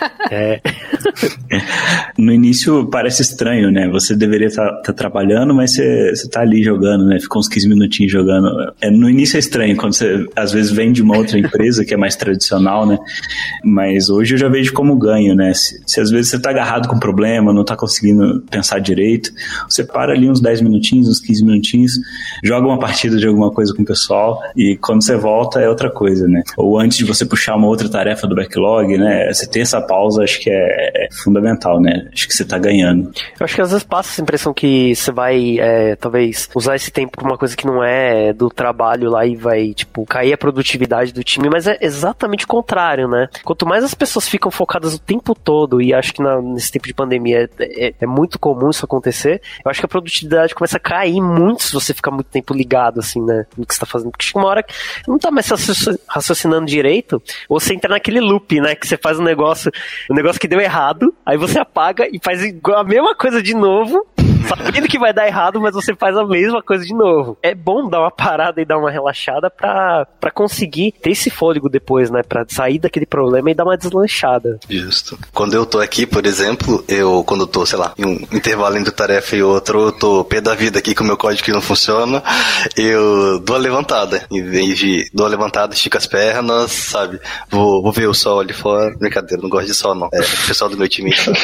No início parece estranho, né? Você deveria estar trabalhando, mas você tá ali jogando, né? Fica uns 15 minutinhos jogando. No início é estranho, quando você às vezes vem de uma outra empresa que é mais tradicional, profissional, né? Mas hoje eu já vejo como ganho, né? Se às vezes você tá agarrado com problema, não tá conseguindo pensar direito, você para ali uns 10 minutinhos, uns 15 minutinhos, joga uma partida de alguma coisa com o pessoal e quando você volta é outra coisa, né? Ou antes de você puxar uma outra tarefa do backlog, né? Você ter essa pausa acho que é fundamental, né? Acho que você tá ganhando. Eu acho que às vezes passa essa impressão que você vai, talvez, usar esse tempo pra uma coisa que não é do trabalho lá e vai, tipo, cair a produtividade do time, mas é exatamente o contrário, né? Quanto mais as pessoas ficam focadas o tempo todo, e acho que nesse tempo de pandemia é muito comum isso acontecer, eu acho que a produtividade começa a cair muito se você ficar muito tempo ligado, assim, né? No que você tá fazendo. Porque chega uma hora que não tá mais raciocinando direito, ou você entra naquele loop, né? Que você faz um negócio que deu errado, aí você apaga e faz a mesma coisa de novo, sabendo que vai dar errado, mas você faz a mesma coisa de novo. É bom dar uma parada e dar uma relaxada pra conseguir ter esse fôlego depois, né? Pra sair daquele problema e dar uma deslanchada. Justo. Quando eu tô aqui, por exemplo, quando eu tô, sei lá, em um intervalo entre tarefa e outra, eu tô pé da vida aqui com o meu código que não funciona, eu dou a levantada. Em vez de dou a levantada, estico as pernas, sabe? Vou ver o sol ali fora. Brincadeira, não gosto de sol, não. É o pessoal do meu time, sabe?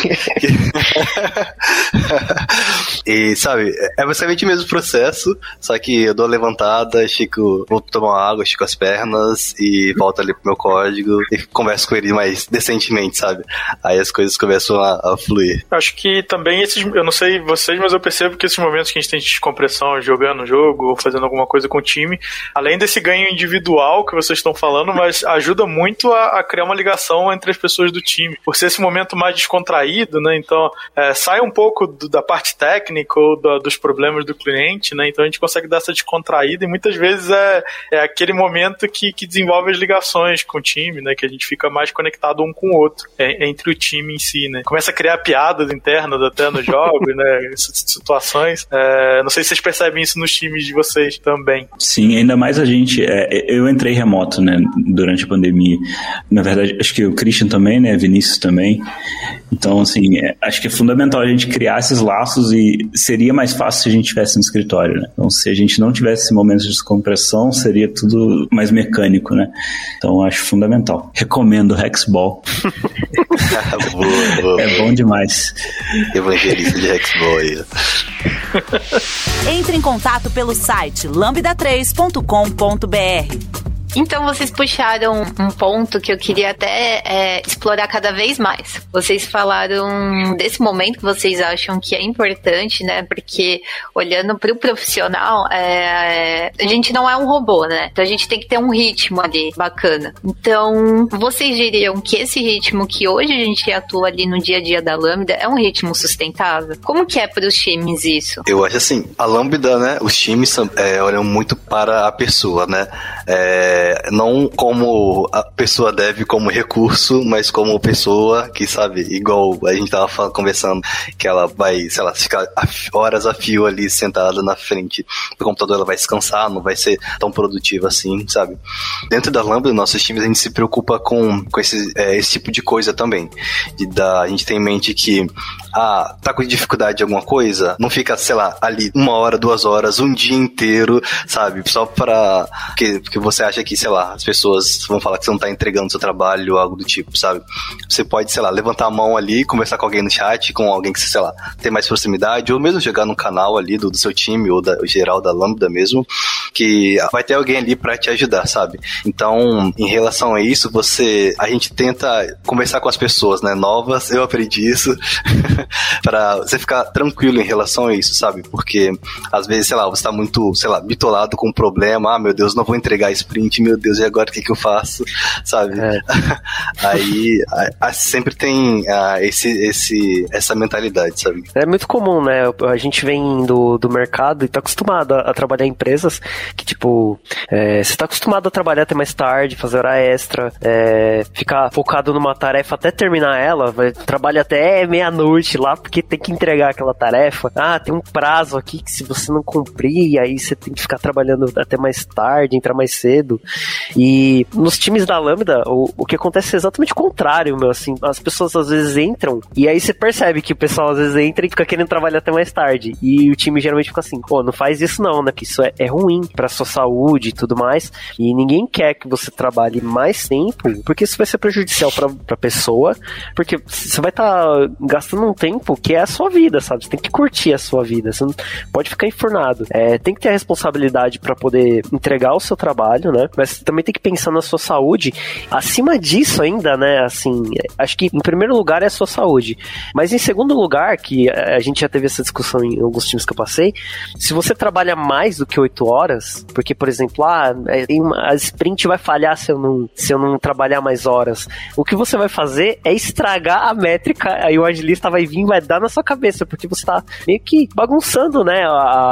E, sabe, é basicamente o mesmo processo, só que eu dou a levantada, vou tomar uma água, estico as pernas e volto ali pro meu código e converso com ele mais decentemente, sabe? Aí as coisas começam a fluir. Acho que também eu não sei vocês, mas eu percebo que esses momentos que a gente tem de descompressão, jogando um jogo ou fazendo alguma coisa com o time, além desse ganho individual que vocês estão falando, mas ajuda muito a criar uma ligação entre as pessoas do time. Por ser esse momento mais descontraído, né? Então, sai um pouco da parte técnica ou dos problemas do cliente, né? Então a gente consegue dar essa descontraída e muitas vezes é aquele momento que desenvolve as ligações com o time, né? Que a gente fica mais conectado um com o outro, entre o time em si, né? Começa a criar piadas internas até nos jogos, né? Situações. Não sei se vocês percebem isso nos times de vocês também. Sim, ainda mais a gente... eu entrei remoto, né? Durante a pandemia. Na verdade, acho que o Christian também, né? Vinícius também. Então, assim, acho que é fundamental a gente criar esses laços e seria mais fácil se a gente estivesse no escritório, né? Então, se a gente não tivesse esse momento de descompressão, seria tudo mais mecânico, né? Então, acho fundamental. Recomendo o Hexball. Boa. É bom demais. Evangelista de Hexball aí. Entre em contato pelo site lambda3.com.br. Então vocês puxaram um ponto que eu queria até explorar cada vez mais. Vocês falaram desse momento que vocês acham que é importante, né? Porque olhando para o profissional, a gente não é um robô, né? Então a gente tem que ter um ritmo ali bacana. Então vocês diriam que esse ritmo que hoje a gente atua ali no dia a dia da Lambda é um ritmo sustentável? Como que é para os times isso? Eu acho assim, a Lambda, né? Os times olham muito para a pessoa, né? Não como a pessoa deve como recurso, mas como pessoa que, sabe, igual a gente tava conversando, que ela vai, sei lá, ficar horas a fio ali sentada na frente do computador, ela vai descansar, não vai ser tão produtiva assim, sabe? Dentro da Lambda, nossos times, a gente se preocupa com esse tipo de coisa também. A gente tem em mente que tá com dificuldade de alguma coisa, não fica, sei lá, ali 1 hora, 2 horas, um dia inteiro, sabe? Só pra... Porque você acha que, sei lá, as pessoas vão falar que você não tá entregando seu trabalho ou algo do tipo, sabe? Você pode, sei lá, levantar a mão ali, conversar com alguém no chat, com alguém que, sei lá, tem mais proximidade, ou mesmo jogar no canal ali do seu time, ou geral da Lambda mesmo, que vai ter alguém ali pra te ajudar, sabe? Então, em relação a isso, a gente tenta conversar com as pessoas, né, novas, eu aprendi isso, pra você ficar tranquilo em relação a isso, sabe? Porque, às vezes, sei lá, você tá muito, sei lá, bitolado com um problema, meu Deus, não vou entregar a sprint, meu Deus, e agora o que eu faço, sabe? Aí sempre tem essa mentalidade, sabe? É muito comum, né? A gente vem do mercado e tá acostumado a trabalhar em empresas que, tipo, você tá acostumado a trabalhar até mais tarde, fazer hora extra, ficar focado numa tarefa até terminar ela, trabalha até meia-noite lá, porque tem que entregar aquela tarefa. Tem um prazo aqui que se você não cumprir, aí você tem que ficar trabalhando até mais tarde, entrar mais cedo. E nos times da Lambda, o que acontece é exatamente o contrário, meu, assim, as pessoas às vezes entram, e aí você percebe que o pessoal às vezes entra e fica querendo trabalhar até mais tarde, e o time geralmente fica assim, pô, não faz isso não, né, que isso é ruim pra sua saúde e tudo mais, e ninguém quer que você trabalhe mais tempo, porque isso vai ser prejudicial pra pessoa, porque você vai estar gastando um tempo que é a sua vida, sabe, você tem que curtir a sua vida, você não pode ficar enfurnado, tem que ter a responsabilidade pra poder entregar o seu trabalho, né, mas você também tem que pensar na sua saúde. Acima disso ainda, né, assim, acho que em primeiro lugar é a sua saúde, mas em segundo lugar, que a gente já teve essa discussão em alguns times que eu passei, se você trabalha mais do que 8 horas, porque, por exemplo, a sprint vai falhar se eu não trabalhar mais horas, o que você vai fazer é estragar a métrica, aí o agilista vai vir e vai dar na sua cabeça, porque você tá meio que bagunçando, né,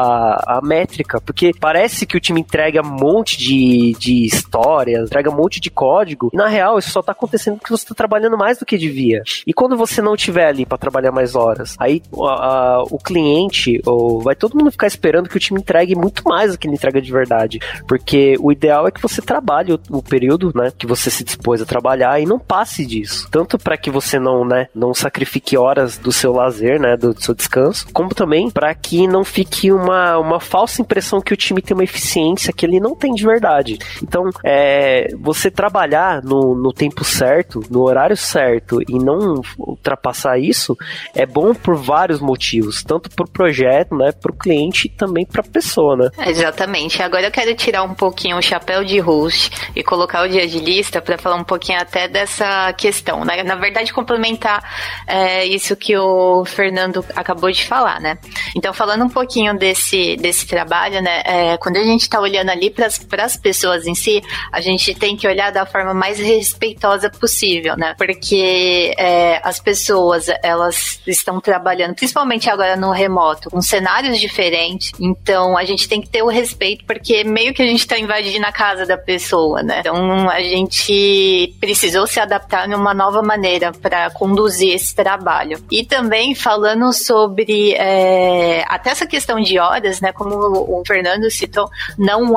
a métrica, porque parece que o time entrega um monte de histórias, entrega um monte de código, e na real isso só tá acontecendo porque você tá trabalhando mais do que devia. E quando você não tiver ali pra trabalhar mais horas, aí o cliente, vai todo mundo ficar esperando que o time entregue muito mais do que ele entrega de verdade, porque o ideal é que você trabalhe o período, né, que você se dispôs a trabalhar e não passe disso, tanto para que você não sacrifique horas do seu lazer, né, do seu descanso, como também para que não fique uma falsa impressão que o time tem uma eficiência que ele não tem de verdade. Então, você trabalhar no tempo certo, no horário certo e não ultrapassar isso, é bom por vários motivos, tanto pro projeto, né, pro cliente e também pra pessoa, né? Exatamente. Agora eu quero tirar um pouquinho o chapéu de host e colocar o de agilista para falar um pouquinho até dessa questão, né? Na verdade, complementar isso que o Fernando acabou de falar, né? Então, falando um pouquinho desse trabalho, né, quando a gente tá olhando ali para as pessoas em si, a gente tem que olhar da forma mais respeitosa possível, né? Porque as pessoas, elas estão trabalhando, principalmente agora no remoto, com cenários diferentes, então a gente tem que ter o respeito, porque meio que a gente tá invadindo a casa da pessoa, né? Então a gente precisou se adaptar numa nova maneira para conduzir esse trabalho. E também falando sobre até essa questão de horas, né? Como o Fernando citou, não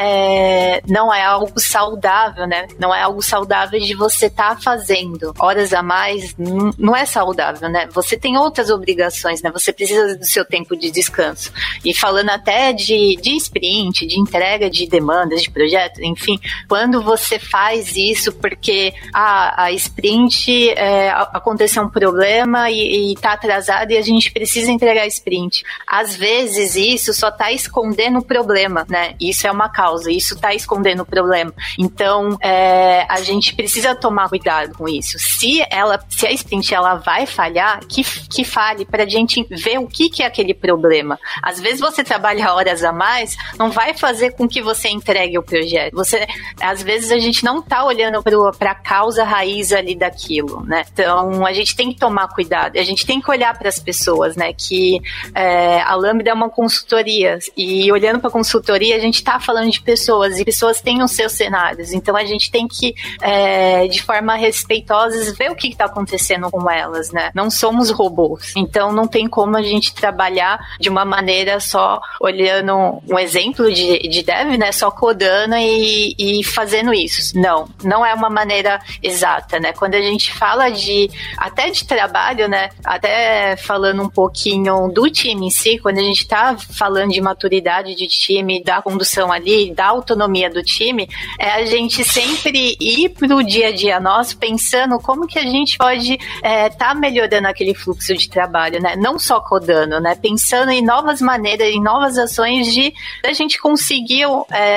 é algo saudável, né? Não é algo saudável de você estar fazendo horas a mais, não é saudável, né? Você tem outras obrigações, né? Você precisa do seu tempo de descanso. E falando até de sprint, de entrega de demandas, de projetos, enfim, quando você faz isso porque a sprint aconteceu um problema e tá atrasado e a gente precisa entregar a sprint. Às vezes isso só tá escondendo o problema, né? Isso é uma causa, isso tá escondendo o problema. Então, a gente precisa tomar cuidado com isso. Se a sprint ela vai falhar, que fale pra gente ver o que é aquele problema. Às vezes você trabalha horas a mais, não vai fazer com que você entregue o projeto. Às vezes a gente não tá olhando pra causa raiz ali daquilo, né? Então, a gente tem que tomar cuidado. A gente tem que olhar para as pessoas, né? Que a Lambda é uma consultoria e olhando pra consultoria, a gente tá falando de pessoas e pessoas têm os seus cenários. Então, a gente tem que, de forma respeitosa, ver o que tá acontecendo com elas, né? Não somos robôs. Então, não tem como a gente trabalhar de uma maneira só olhando um exemplo de dev, né? Só codando e fazendo isso. Não é uma maneira exata, né? Quando a gente fala até de trabalho, né? Até falando um pouquinho do time em si, quando a gente tá falando de maturidade de time, da condução ali, da autonomia do time, a gente sempre ir pro dia a dia nosso pensando como que a gente pode tá melhorando aquele fluxo de trabalho, né? Não só codando, né? Pensando em novas maneiras, em novas ações de a gente conseguir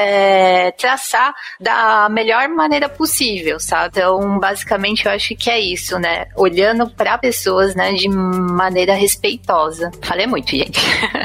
traçar da melhor maneira possível, sabe? Então, basicamente, eu acho que é isso, né? Olhando para pessoas, né, de maneira respeitosa. Falei muito, gente.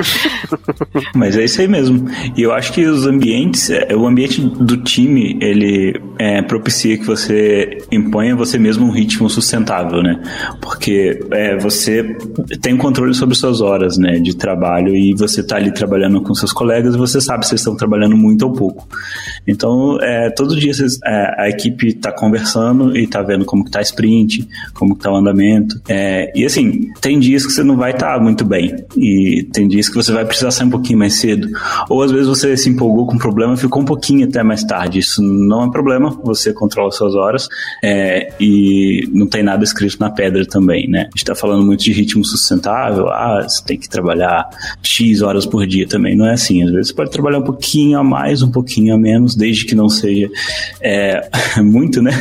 Mas é isso aí mesmo. E eu acho que os ambientes, o ambiente do time, ele propicia que você imponha você mesmo um ritmo sustentável, né? Porque você tem controle sobre suas horas, né, de trabalho, e você tá ali trabalhando com seus colegas e você sabe se vocês estão trabalhando muito ou pouco. Então, todo dia a equipe tá conversando e tá vendo como que tá a sprint, como que tá o andamento. E assim, tem dias que você não vai estar muito bem. E tem dias que você vai precisar sair um pouquinho mais cedo. Ou às vezes você se empolgou com um problema, ficou um pouquinho até mais tarde. Isso não é problema, você controla suas horas, e não tem nada escrito na pedra também, né? A gente tá falando muito de ritmo sustentável, você tem que trabalhar X horas por dia também, não é assim. Às vezes você pode trabalhar um pouquinho a mais, um pouquinho a menos, desde que não seja muito, né?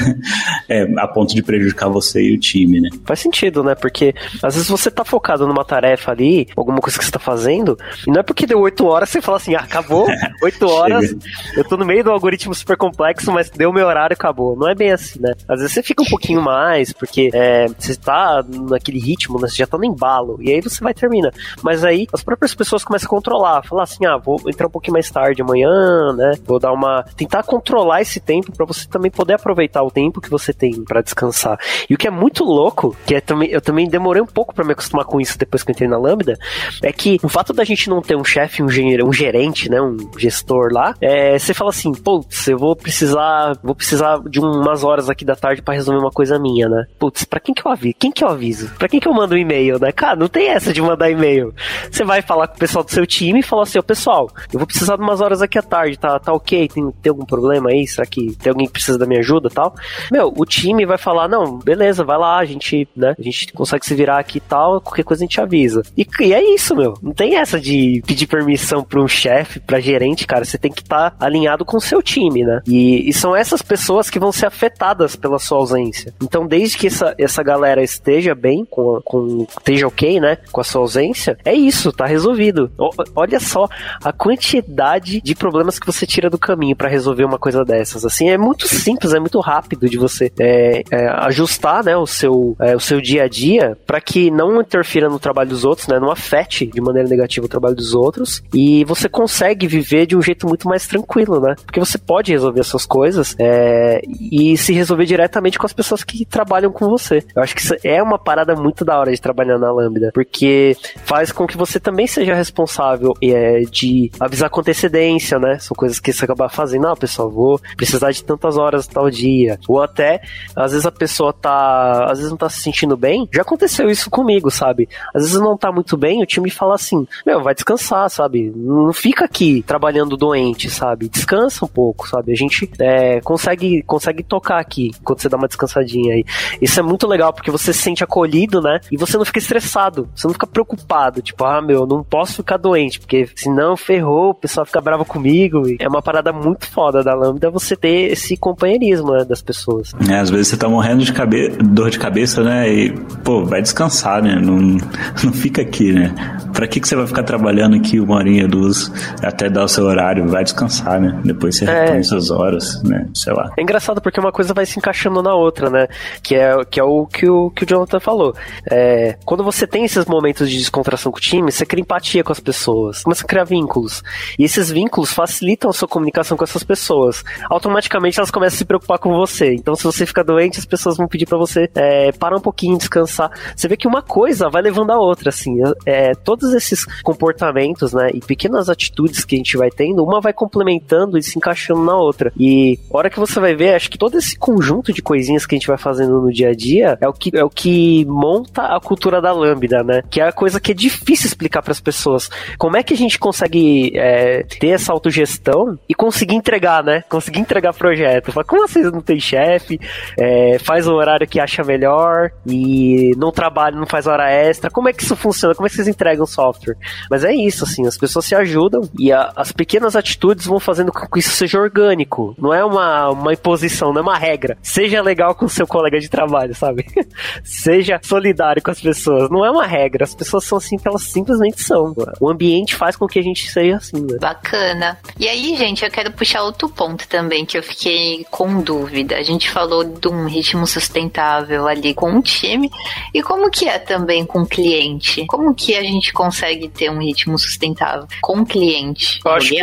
A ponto de prejudicar você e o time, né? Faz sentido, né? Porque às vezes você tá focado numa tarefa ali, alguma coisa que você tá fazendo, e não é porque deu 8 horas você fala assim, acabou, 8 horas, eu tô no meio do algoritmo super complexo, mas deu meu horário e acabou. Não é bem assim, né? Às vezes você fica um pouquinho mais, porque você tá naquele ritmo, né? Você já tá no embalo, e aí você vai e termina. Mas aí as próprias pessoas começam a controlar, falar assim, vou entrar um pouquinho mais tarde amanhã, né? Vou dar tentar controlar esse tempo pra você também poder aproveitar o tempo que você tem pra descansar. E o que é muito louco, que eu também demorei um pouco pra me acostumar com isso depois que eu entrei na Lambda, é que o fato da gente não ter um chefe, um gerente, né, um gestor lá, você fala assim, putz, eu vou precisar de umas horas aqui da tarde pra resolver uma coisa minha, né? Putz, pra quem que eu aviso? Quem que eu aviso? Pra quem que eu mando um e-mail, né? Cara, não tem essa de mandar e-mail. Você vai falar com o pessoal do seu time e falar assim, pessoal, eu vou precisar de umas horas aqui à tarde, tá ok? Tem algum problema aí? Será que tem alguém que precisa da minha ajuda e tal? O time vai falar, não, beleza, vai lá, a gente consegue se virar aqui e tal, qualquer coisa a gente avisa. E é isso, não tem essa de pedir permissão pra um chefe, pra gerente, cara, você tem que estar alinhado com o seu time, né? E são essas pessoas que vão ser afetadas pela sua ausência. Então, desde que essa galera esteja bem, esteja ok, né, com a sua ausência, é isso, tá resolvido. Olha só a quantidade de problemas que você tira do caminho pra resolver uma coisa dessas, assim, é muito simples, é muito rápido de você ajustar, né, o seu dia a dia pra que não interfira no trabalho dos outros, né, não afete de maneira negativa o trabalho dos outros, e você consegue viver de um jeito muito mais tranquilo, né, porque você pode resolver as suas coisas e se resolver diretamente com as pessoas que trabalham com você. Eu acho que isso é uma parada muito da hora de trabalhar na Lambda, porque faz com que você também seja responsável de avisar com antecedência, né, são coisas que você acaba fazendo, pessoal, vou precisar de tantas horas tal dia, ou até, às vezes a pessoa às vezes não tá se sentindo bem, já aconteceu isso comigo, sabe, às vezes não tá muito bem, o time fala assim, vai descansar, sabe, não fica aqui trabalhando doente, sabe, descansa um pouco, sabe, a gente consegue tocar aqui, quando você dá uma descansadinha aí, isso é muito legal, porque você se sente acolhido, né, e você não fica estressado, você não fica preocupado, tipo, não posso ficar doente, porque senão ferrou, o pessoal fica bravo comigo, e é uma parada muito foda da Lambda você ter esse companheirismo, né, das pessoas. Às vezes você tá morrendo de dor de cabeça, né, e, vai descansar, né, não fica aqui, né, pra que você vai ficar trabalhando aqui 1 horinha, 2, até dar o seu horário, vai descansar, né, depois você retoma suas horas, né, sei lá. É engraçado porque uma coisa vai se encaixando na outra, né, que é o que o Jonathan falou, quando você tem esses momentos de descontração com o time, você cria empatia com as pessoas, começa a criar vínculos, e esses vínculos facilitam a sua comunicação com essas pessoas, automaticamente elas começam a se preocupar com você, então se você fica doente, as pessoas vão pedir pra você parar um pouquinho, descansar, você vê que uma coisa vai levando a outra, assim, todos esses comportamentos, né, e pequenas atitudes que a gente vai tendo, uma vai complementando e se encaixando na outra, e a hora que você vai ver, acho que todo esse conjunto de coisinhas que a gente vai fazendo no dia a dia é o que monta a cultura da Lambda, né, que é a coisa que é difícil explicar para as pessoas, como é que a gente consegue ter essa autogestão e conseguir entregar, né, projeto, fala, como vocês não tem chefe, faz o horário que acha melhor e não trabalha, não faz hora extra, como é que isso funciona, como é que vocês entregam software? Mas é isso, assim, as pessoas se ajudam e as pequenas atitudes vão fazendo com que isso seja orgânico, não é uma imposição, não é uma regra, seja legal com o seu colega de trabalho, sabe? Seja solidário com as pessoas, não é uma regra, as pessoas são assim que elas simplesmente são, o ambiente faz com que a gente seja assim, né? Bacana. E aí, gente, eu quero puxar outro ponto também que eu fiquei com dúvida, a gente falou de um ritmo sustentável ali com o time, e como que é também com o cliente? Como que a gente consegue ter um ritmo sustentável com o cliente? Eu acho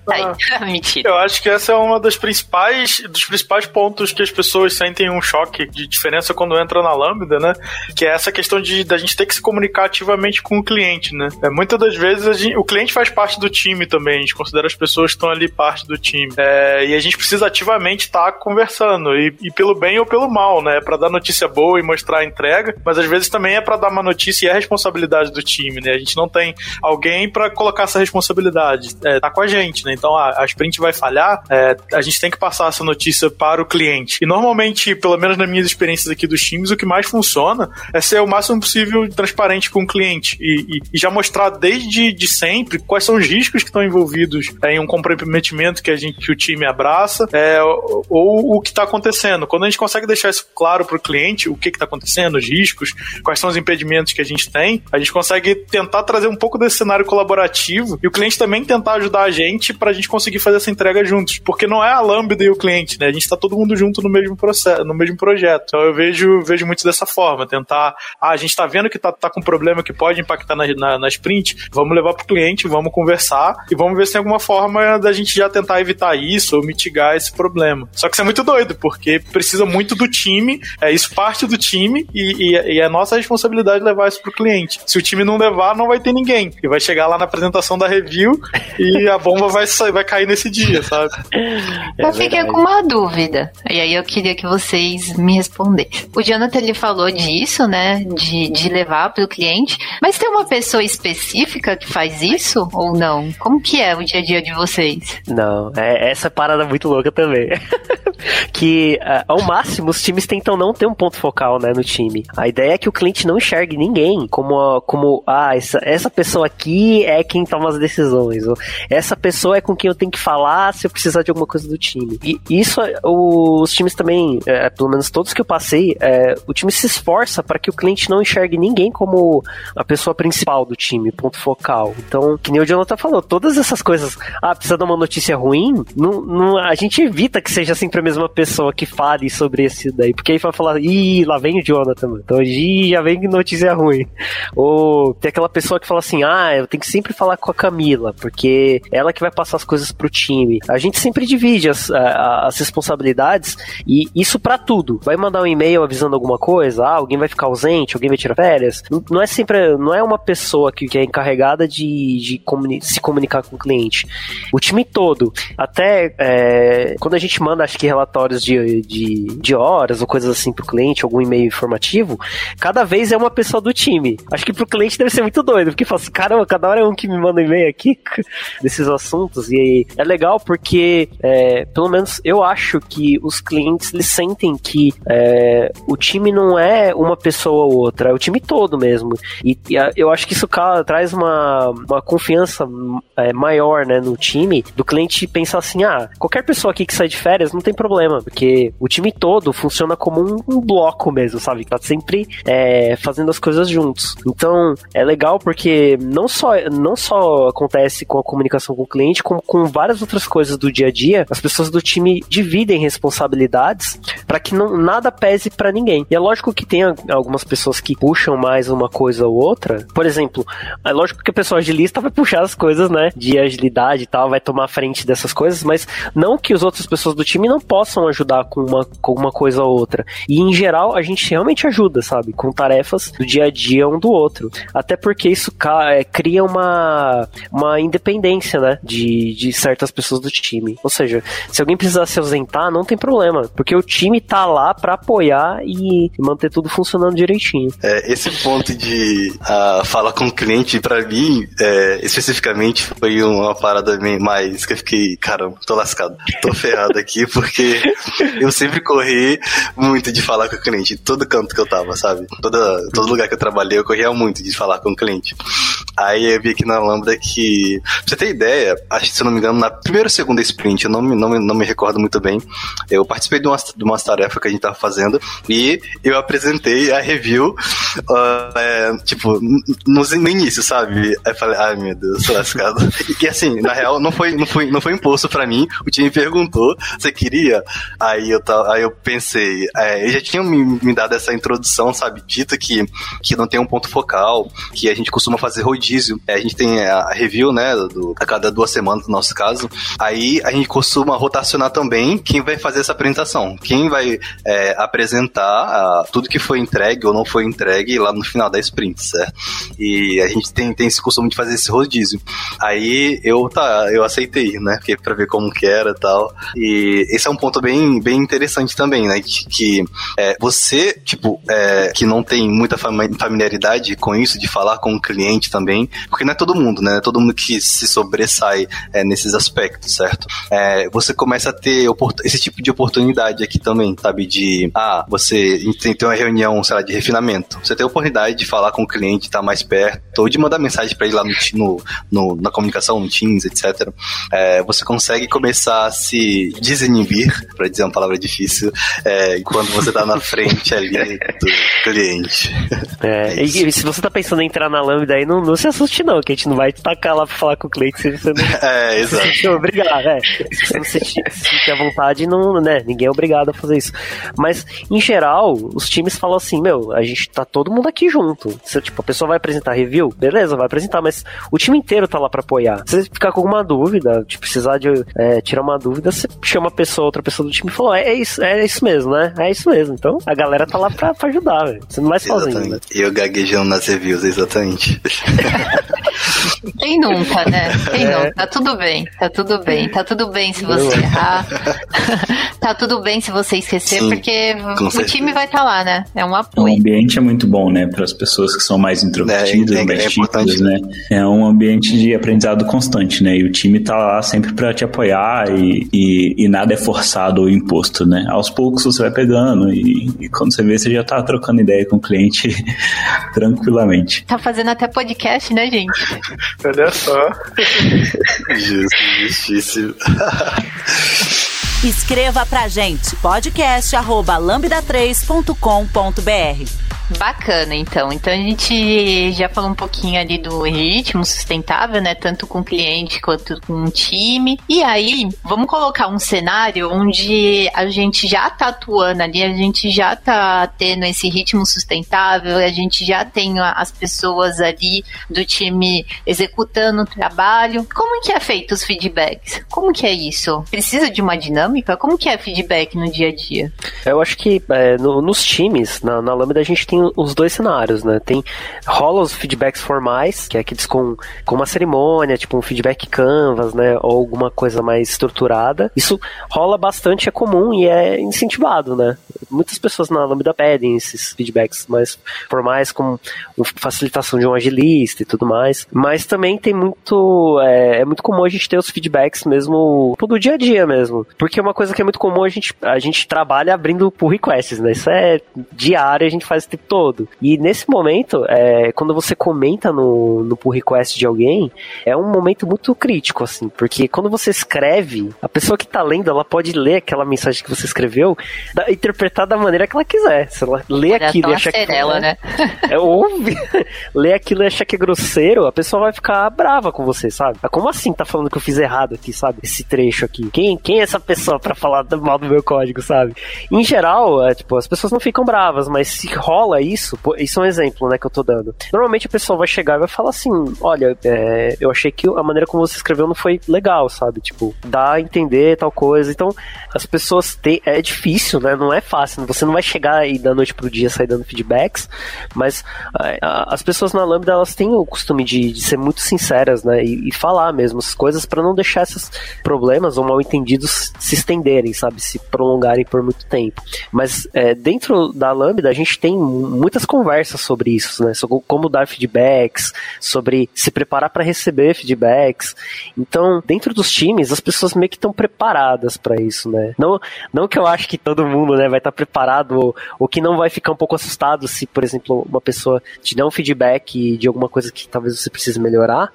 que essa é uma dos principais pontos que as pessoas sentem um choque de diferença quando entram na Lambda, né? Que é essa questão da gente ter que se comunicar ativamente com o cliente, né? Muitas das vezes o cliente faz parte do time também, a gente considera as pessoas que estão ali parte do time. E a gente precisa ativamente estar conversando, e pelo bem ou pelo mal, né? Pra dar notícia boa e mostrar a entrega, mas às vezes também é pra dar uma notícia e é responsabilidade do time, né? A gente não tem alguém pra colocar essa responsabilidade. Tá com a gente, né? Então a sprint vai falhar, trabalhar, a gente tem que passar essa notícia para o cliente. E normalmente, pelo menos nas minhas experiências aqui dos times, o que mais funciona é ser o máximo possível transparente com o cliente e já mostrar desde sempre quais são os riscos que estão envolvidos em um comprometimento que o time abraça, ou o que está acontecendo. Quando a gente consegue deixar isso claro para o cliente, o que está acontecendo, os riscos, quais são os impedimentos que a gente tem, a gente consegue tentar trazer um pouco desse cenário colaborativo e o cliente também tentar ajudar a gente para a gente conseguir fazer essa entrega juntos. Porque não é a Lambda e o cliente, né? A gente está todo mundo junto no mesmo processo, no mesmo projeto. Então eu vejo muito dessa forma, tentar, a gente está vendo que tá com um problema que pode impactar na sprint, vamos levar para o cliente, vamos conversar e vamos ver se tem alguma forma da gente já tentar evitar isso ou mitigar esse problema. Só que isso é muito doido, porque precisa muito do time, isso parte do time e é nossa responsabilidade levar isso pro cliente. Se o time não levar, não vai ter ninguém. E vai chegar lá na apresentação da review e a bomba vai cair nesse dia, sabe? Eu fiquei com uma dúvida, e aí eu queria que vocês me respondessem. O Jonathan, ele falou disso, né, de levar pro cliente, mas tem uma pessoa específica que faz isso ou não? Como que é o dia a dia de vocês? Não, essa parada é muito louca também. Que ao máximo os times tentam não ter um ponto focal, né, no time. A ideia é que o cliente não enxergue ninguém como essa pessoa aqui é quem toma as decisões, ou essa pessoa é com quem eu tenho que falar se eu precisar de alguma coisa do time. E isso os times também, pelo menos todos que eu passei, o time se esforça para que o cliente não enxergue ninguém como a pessoa principal do time, ponto focal. Então, que nem o Jonathan falou, todas essas coisas, precisa dar uma notícia ruim, a gente evita que seja sempre a mesma pessoa que fale sobre esse daí, porque aí vai falar, lá vem o Jonathan, mano. Então já vem notícia ruim. Ou tem aquela pessoa que fala assim, eu tenho que sempre falar com a Camila, porque ela que vai passar as coisas pro time. A gente sempre divide as responsabilidades, e isso pra tudo. Vai mandar um e-mail avisando alguma coisa, alguém vai ficar ausente, alguém vai tirar férias. Não é uma pessoa que é encarregada de se comunicar com o cliente. O time todo. Até quando a gente manda, acho que relatórios de horas ou coisas assim pro cliente, algum e-mail informativo, cada vez é uma pessoa do time. Acho que pro cliente deve ser muito doido, porque fala assim, caramba, cada hora é um que me manda e-mail aqui desses assuntos, e é legal porque pelo menos eu acho que os clientes, eles sentem que o time não é uma pessoa ou outra, é o time todo mesmo, e eu acho que isso traz uma confiança maior, né, no time, do cliente pensar assim, qualquer pessoa aqui que sai de férias não tem problema, porque o time todo funciona como um bloco mesmo, sabe? Tá sempre fazendo as coisas juntos. Então, é legal porque não só acontece com a comunicação com o cliente, como com várias outras coisas do dia a dia, as pessoas do time dividem responsabilidades para que nada pese para ninguém. E é lógico que tem algumas pessoas que puxam mais uma coisa ou outra. Por exemplo, é lógico que a pessoa agilista vai puxar as coisas, né, de agilidade e tal, vai tomar a frente dessas coisas, mas não que as outras pessoas do time não possam ajudar com uma coisa ou outra. E em geral a gente realmente ajuda, sabe? Com tarefas do dia a dia um do outro. Até porque isso cria uma independência, né? De certas pessoas do time. Ou seja, se alguém precisar se ausentar, não tem problema. Porque o time tá lá pra apoiar e manter tudo funcionando direitinho. Esse ponto de falar com o cliente, pra mim, especificamente, foi uma parada mais que eu fiquei, caramba, tô lascado. Tô ferrado aqui, porque eu sempre corri muito de falar com o cliente. Todo canto que eu tava, sabe? Todo lugar que eu trabalhei, eu corria muito de falar com o cliente. Aí eu vi aqui na Lambda que, pra você ter ideia, acho que, se eu não me engano, na primeira ou segunda sprint, eu não me recordo muito bem, eu participei de umas tarefas que a gente tava fazendo e eu apresentei a review, no início, sabe? Aí eu falei, ai meu Deus, tô lascado. E assim, na real, não foi imposto pra mim, o time perguntou, você queria? Aí eu pensei, eles já tinham me dado essa introdução, sabe? Dito que não tem um ponto focal, que a gente costuma fazer rodízio. A gente tem a review, né, a cada 2 semanas, no nosso caso. Aí a gente costuma rotacionar também quem vai fazer essa apresentação. Quem vai apresentar tudo que foi entregue ou não foi entregue lá no final da sprint, certo? E a gente tem esse costume de fazer esse rodízio. Aí eu aceitei, né? Porque pra ver como que era e tal. E esse é um ponto bem, bem interessante também, né? Que você, que não tem muita familiaridade com isso, de falar com o cliente também, também, porque não é todo mundo, né? Todo mundo que se sobressai nesses aspectos, certo? Você começa a ter esse tipo de oportunidade aqui também, sabe? De, você tem uma reunião, sei lá, de refinamento. Você tem a oportunidade de falar com o cliente, estar mais perto, ou de mandar mensagem para ele lá na comunicação, no Teams, etc. Você consegue começar a se desinibir, para dizer uma palavra difícil, quando você tá na frente ali do cliente. E se você tá pensando em entrar na Lambda aí, não se assuste não, que a gente não vai tacar lá pra falar com o cliente se você não exato. se sentir obrigado, Se você não se sentir à vontade, não, né? Ninguém é obrigado a fazer isso. Mas, em geral, os times falam assim, a gente tá todo mundo aqui junto. Se, a pessoa vai apresentar review, beleza, vai apresentar, mas o time inteiro tá lá pra apoiar. Se você ficar com alguma dúvida, precisar de tirar uma dúvida, você chama outra pessoa do time e fala, é isso mesmo, né? É isso mesmo. Então, a galera tá lá pra ajudar, velho. Você não vai sozinho, né? E eu gaguejando nas reviews, exatamente. Quem nunca, né? Nunca. Tá tudo bem. Tá tudo bem se você errar. Tá tudo bem se você esquecer, sim, porque o time vai estar lá, né? É um apoio. O ambiente é muito bom, né? Para as pessoas que são mais introvertidas, mais tímidas, né? É um ambiente de aprendizado constante, né? E o time tá lá sempre para te apoiar e nada é forçado ou imposto, né? Aos poucos você vai pegando e quando você vê, você já tá trocando ideia com o cliente tranquilamente. Tá fazendo até podcast, né, gente? Olha só. Justíssimo. Escreva pra gente, podcast@lambda3.com.br. Bacana, então. Então a gente já falou um pouquinho ali do ritmo sustentável, né? Tanto com o cliente quanto com o time. E aí, vamos colocar um cenário onde a gente já tá atuando ali, a gente já tá tendo esse ritmo sustentável, a gente já tem as pessoas ali do time executando o trabalho. Como que é feito os feedbacks? Como que é isso? Precisa de uma dinâmica? Como que é feedback no dia a dia? Eu acho que nos times, na Lambda, a gente tem os dois cenários, né? Rola os feedbacks formais, que é aqueles com uma cerimônia, tipo um feedback canvas, né? Ou alguma coisa mais estruturada. Isso rola bastante, é comum e é incentivado, né? Muitas pessoas na Lambda pedem esses feedbacks mais formais, com facilitação de um agilista e tudo mais. Mas também tem muito... É muito comum a gente ter os feedbacks mesmo do dia a dia mesmo. Porque uma coisa que é muito comum, a gente trabalha abrindo pull requests, né? Isso é diário, a gente faz o tempo todo. E nesse momento, quando você comenta no pull request de alguém, é um momento muito crítico, assim, porque quando você escreve, a pessoa que tá lendo, ela pode ler aquela mensagem que você escreveu, interpretar da maneira que ela quiser. Se ela lê aquilo e achar que né? Ouve, lê aquilo e achar que é grosseiro, a pessoa vai ficar brava com você, sabe? Como assim tá falando que eu fiz errado aqui, sabe? Esse trecho aqui. Quem é essa pessoa pra falar mal do meu código, sabe? Em geral, as pessoas não ficam bravas, mas se rola isso é um exemplo, né, que eu tô dando. Normalmente a pessoa vai chegar e vai falar assim, olha, eu achei que a maneira como você escreveu não foi legal, sabe? Tipo, dá a entender tal coisa. Então, as pessoas é difícil, né? Não é fácil. Você não vai chegar e da noite pro dia sair dando feedbacks, mas as pessoas na Lambda, elas têm o costume de ser muito sinceras, né? E falar mesmo as coisas pra não deixar esses problemas ou mal-entendidos se estenderem, sabe? Se prolongarem por muito tempo. Mas dentro da Lambda, a gente tem muitas conversas sobre isso, né? Sobre como dar feedbacks, sobre se preparar para receber feedbacks. Então, dentro dos times, as pessoas meio que estão preparadas para isso, né? Não que eu acho que todo mundo, né, vai estar preparado ou que não vai ficar um pouco assustado se, por exemplo, uma pessoa te der um feedback de alguma coisa que talvez você precise melhorar,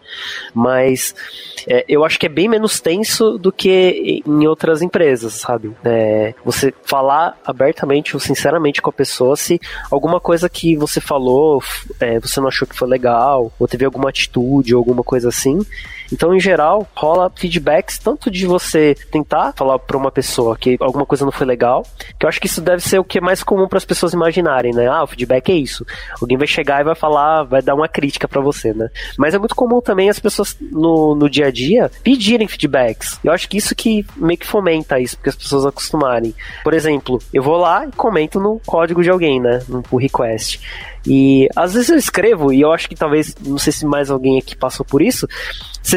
mas eu acho que é bem menos tenso do que em outras empresas, sabe? Você falar abertamente ou sinceramente com a pessoa se alguma coisa que você falou, você não achou que foi legal, ou teve alguma atitude ou alguma coisa assim. Então, em geral, rola feedbacks tanto de você tentar falar pra uma pessoa que alguma coisa não foi legal, que eu acho que isso deve ser o que é mais comum para as pessoas imaginarem, né? O feedback é isso. Alguém vai chegar e vai falar, vai dar uma crítica pra você, né? Mas é muito comum também as pessoas no dia a dia pedirem feedbacks. Eu acho que isso que meio que fomenta isso, porque as pessoas acostumarem. Por exemplo, eu vou lá e comento no código de alguém, né? No pull request. E às vezes eu escrevo, e eu acho que talvez, não sei se mais alguém aqui passou por isso, você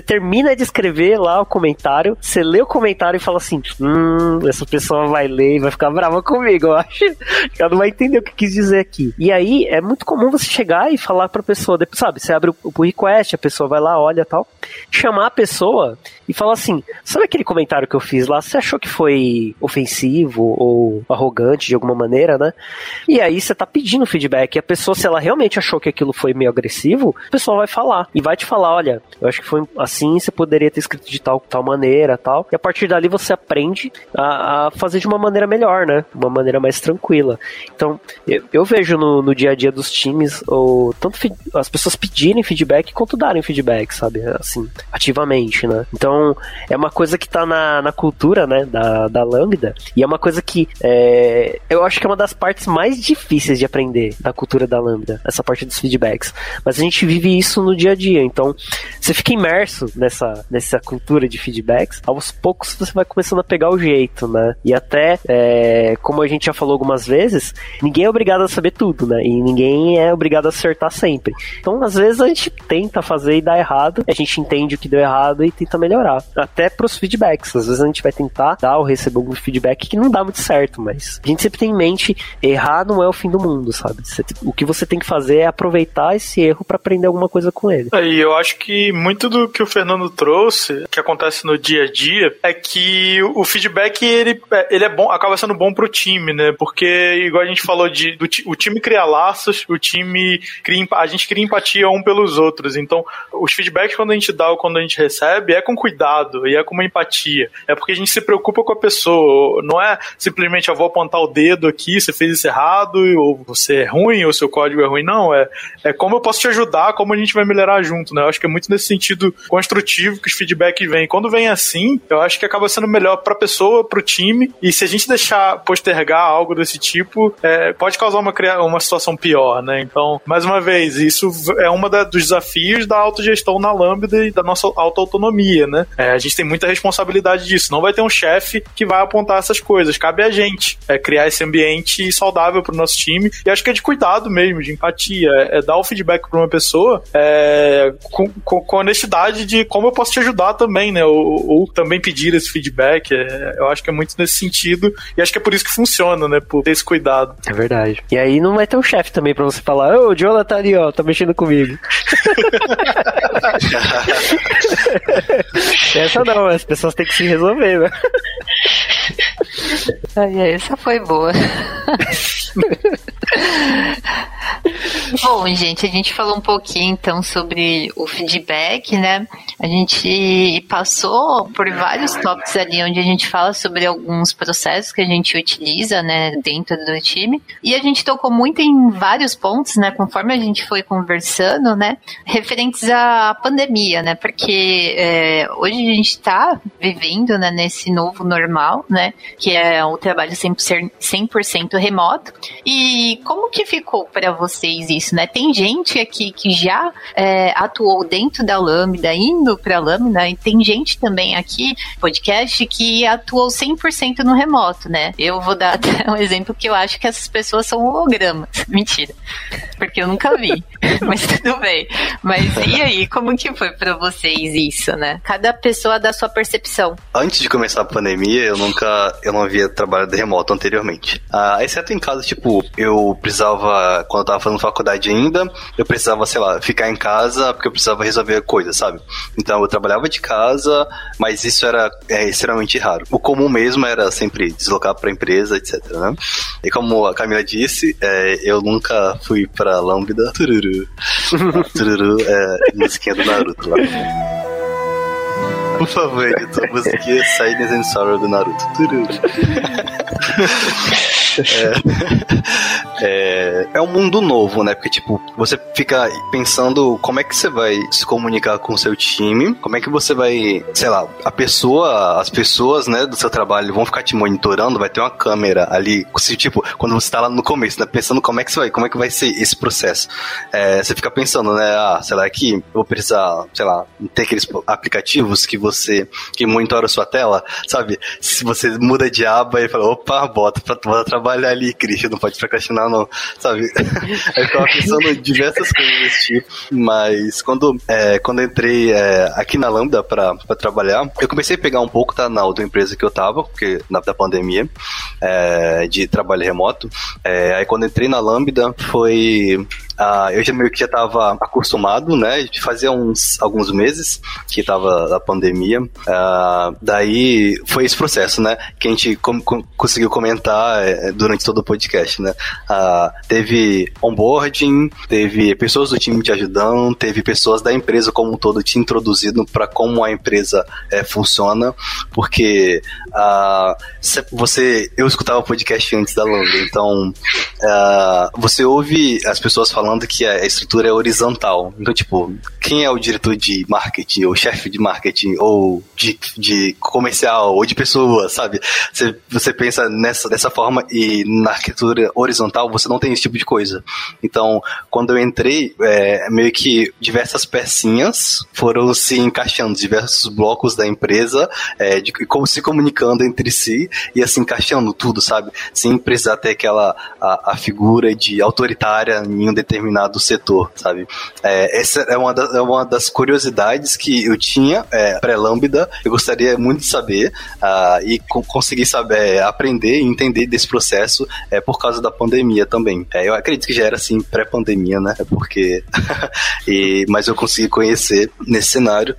termina de escrever lá o comentário, você lê o comentário e fala assim, essa pessoa vai ler e vai ficar brava comigo, eu acho. Ela não vai entender o que quis dizer aqui. E aí, é muito comum você chegar e falar pra pessoa, depois, sabe, você abre o pull request, a pessoa vai lá, olha e tal, chamar a pessoa e falar assim, sabe aquele comentário que eu fiz lá, você achou que foi ofensivo ou arrogante de alguma maneira, né? E aí você tá pedindo feedback, e a pessoa, se ela realmente achou que aquilo foi meio agressivo, a pessoa vai falar, e vai te falar, olha, eu acho que foi assim, você poderia ter escrito de tal maneira, tal, e a partir dali você aprende a fazer de uma maneira melhor, né? Uma maneira mais tranquila. Então, eu vejo no dia a dia dos times, tanto as pessoas pedirem feedback quanto darem feedback, sabe? Assim, ativamente, né? Então, é uma coisa que tá na cultura, né? Da Lambda, e é uma coisa que eu acho que é uma das partes mais difíceis de aprender da cultura da Lambda, essa parte dos feedbacks. Mas a gente vive isso no dia a dia, então você fica imerso nessa cultura de feedbacks, aos poucos você vai começando a pegar o jeito, né? E até, como a gente já falou algumas vezes, ninguém é obrigado a saber tudo, né? E ninguém é obrigado a acertar sempre. Então, às vezes, a gente tenta fazer e dá errado, a gente entende o que deu errado e tenta melhorar. Até pros feedbacks. Às vezes a gente vai tentar dar ou receber algum feedback que não dá muito certo, mas a gente sempre tem em mente, errar não é o fim do mundo, sabe? O que você tem que fazer é aproveitar esse erro pra aprender alguma coisa com ele. E eu acho que muito do que o Fernando trouxe, que acontece no dia a dia, é que o feedback, ele é bom, acaba sendo bom pro time, né? Porque, igual a gente falou, o time cria laços, a gente cria empatia um pelos outros. Então, os feedbacks, quando a gente dá ou quando a gente recebe, é com cuidado e é com uma empatia. É porque a gente se preocupa com a pessoa. Não é simplesmente, eu vou apontar o dedo aqui, você fez isso errado, ou você é ruim, ou seu código é ruim. Não, é como eu posso te ajudar, como a gente vai melhorar junto, né? Eu acho que é muito nesse sentido construtivo que os feedbacks vêm. Quando vem assim, eu acho que acaba sendo melhor pra pessoa, pro time, e se a gente deixar postergar algo desse tipo, pode causar uma situação pior, né? Então, mais uma vez, isso é dos desafios da autogestão na Lambda e da nossa auto-autonomia, né? A gente tem muita responsabilidade disso. Não vai ter um chefe que vai apontar essas coisas. Cabe a gente criar esse ambiente saudável pro nosso time. E acho que é de cuidado mesmo, de empatia. Dar o feedback pra uma pessoa com honestidade de como eu posso te ajudar também, né? Ou também pedir esse feedback. Eu acho que é muito nesse sentido. E acho que é por isso que funciona, né? Por ter esse cuidado. É verdade. E aí não vai ter um chefe também pra você falar, o Jonathan ali, ó, tá mexendo comigo. Essa não, as pessoas têm que se resolver, né? Essa foi boa. Bom, gente, a gente falou um pouquinho então sobre o feedback, né? A gente passou por vários tópicos ali onde a gente fala sobre alguns processos que a gente utiliza, né, dentro do time. E a gente tocou muito em vários pontos, né, conforme a gente foi conversando, né, referentes à pandemia, né? Porque hoje a gente está vivendo, né, nesse novo normal, né, que é o trabalho 100% remoto. E como que ficou para vocês isso, né? Tem gente aqui que já atuou dentro da Lambda, indo para a Lambda, e tem gente também aqui, podcast, que atuou 100% no remoto, né? Eu vou dar até um exemplo que eu acho que essas pessoas são hologramas. Mentira, porque eu nunca vi, mas tudo bem. Mas e aí, como que foi para vocês isso, né? Cada pessoa dá sua percepção. Antes de começar a pandemia, eu não havia trabalhado remoto anteriormente. Exceto em caso, tipo, eu precisava, quando eu tava fazendo faculdade ainda, eu precisava, sei lá, ficar em casa porque eu precisava resolver coisas, sabe? Então eu trabalhava de casa, mas isso era extremamente raro. O comum mesmo era sempre deslocar pra empresa, etc, né? E como a Camila disse, eu nunca fui pra Lambda. Tururu. Tururu musiquinha do Naruto lá. Por favor, editor, musiquinha Sadness and Sorrow do Naruto. Tururu. É um mundo novo, né? Porque, tipo, você fica pensando como é que você vai se comunicar com o seu time, como é que você vai, sei lá, as pessoas, né, do seu trabalho vão ficar te monitorando, vai ter uma câmera ali, tipo, quando você tá lá no começo, né, pensando como é que vai ser esse processo. Você fica pensando, né, sei lá, que eu vou precisar, sei lá, ter aqueles aplicativos que que monitora a sua tela, sabe? Se você muda de aba e fala, opa, bota trabalhar ali, Christian, não pode procrastinar não, sabe? Eu ficava pensando em diversas coisas desse tipo, mas quando eu entrei aqui na Lambda pra trabalhar, eu comecei a pegar um pouco, tá, na outra empresa que eu tava, porque da pandemia, de trabalho remoto. Aí quando eu entrei na Lambda, eu meio que já estava acostumado, né? Fazia alguns meses que estava a pandemia. Daí foi esse processo, né? Que a gente conseguiu comentar durante todo o podcast, né? Teve onboarding, teve pessoas do time te ajudando, teve pessoas da empresa como um todo te introduzindo para como a empresa funciona, porque eu escutava o podcast antes da Lambda, então você ouve as pessoas falando que a estrutura é horizontal. Então, tipo, quem é o diretor de marketing, ou chefe de marketing, ou de comercial, ou de pessoa, sabe? Você pensa dessa forma, e na arquitetura horizontal você não tem esse tipo de coisa. Então, quando eu entrei, meio que diversas pecinhas foram se encaixando, diversos blocos da empresa, como se comunicando entre si, e assim, encaixando tudo, sabe? Sem precisar ter a figura de autoritária em um determinado setor, sabe? Essa é uma das curiosidades que eu tinha pré-Lambda. Eu gostaria muito de saber e conseguir saber, aprender e entender desse processo por causa da pandemia também. Eu acredito que já era assim pré-pandemia, né? Porque mas eu consegui conhecer nesse cenário.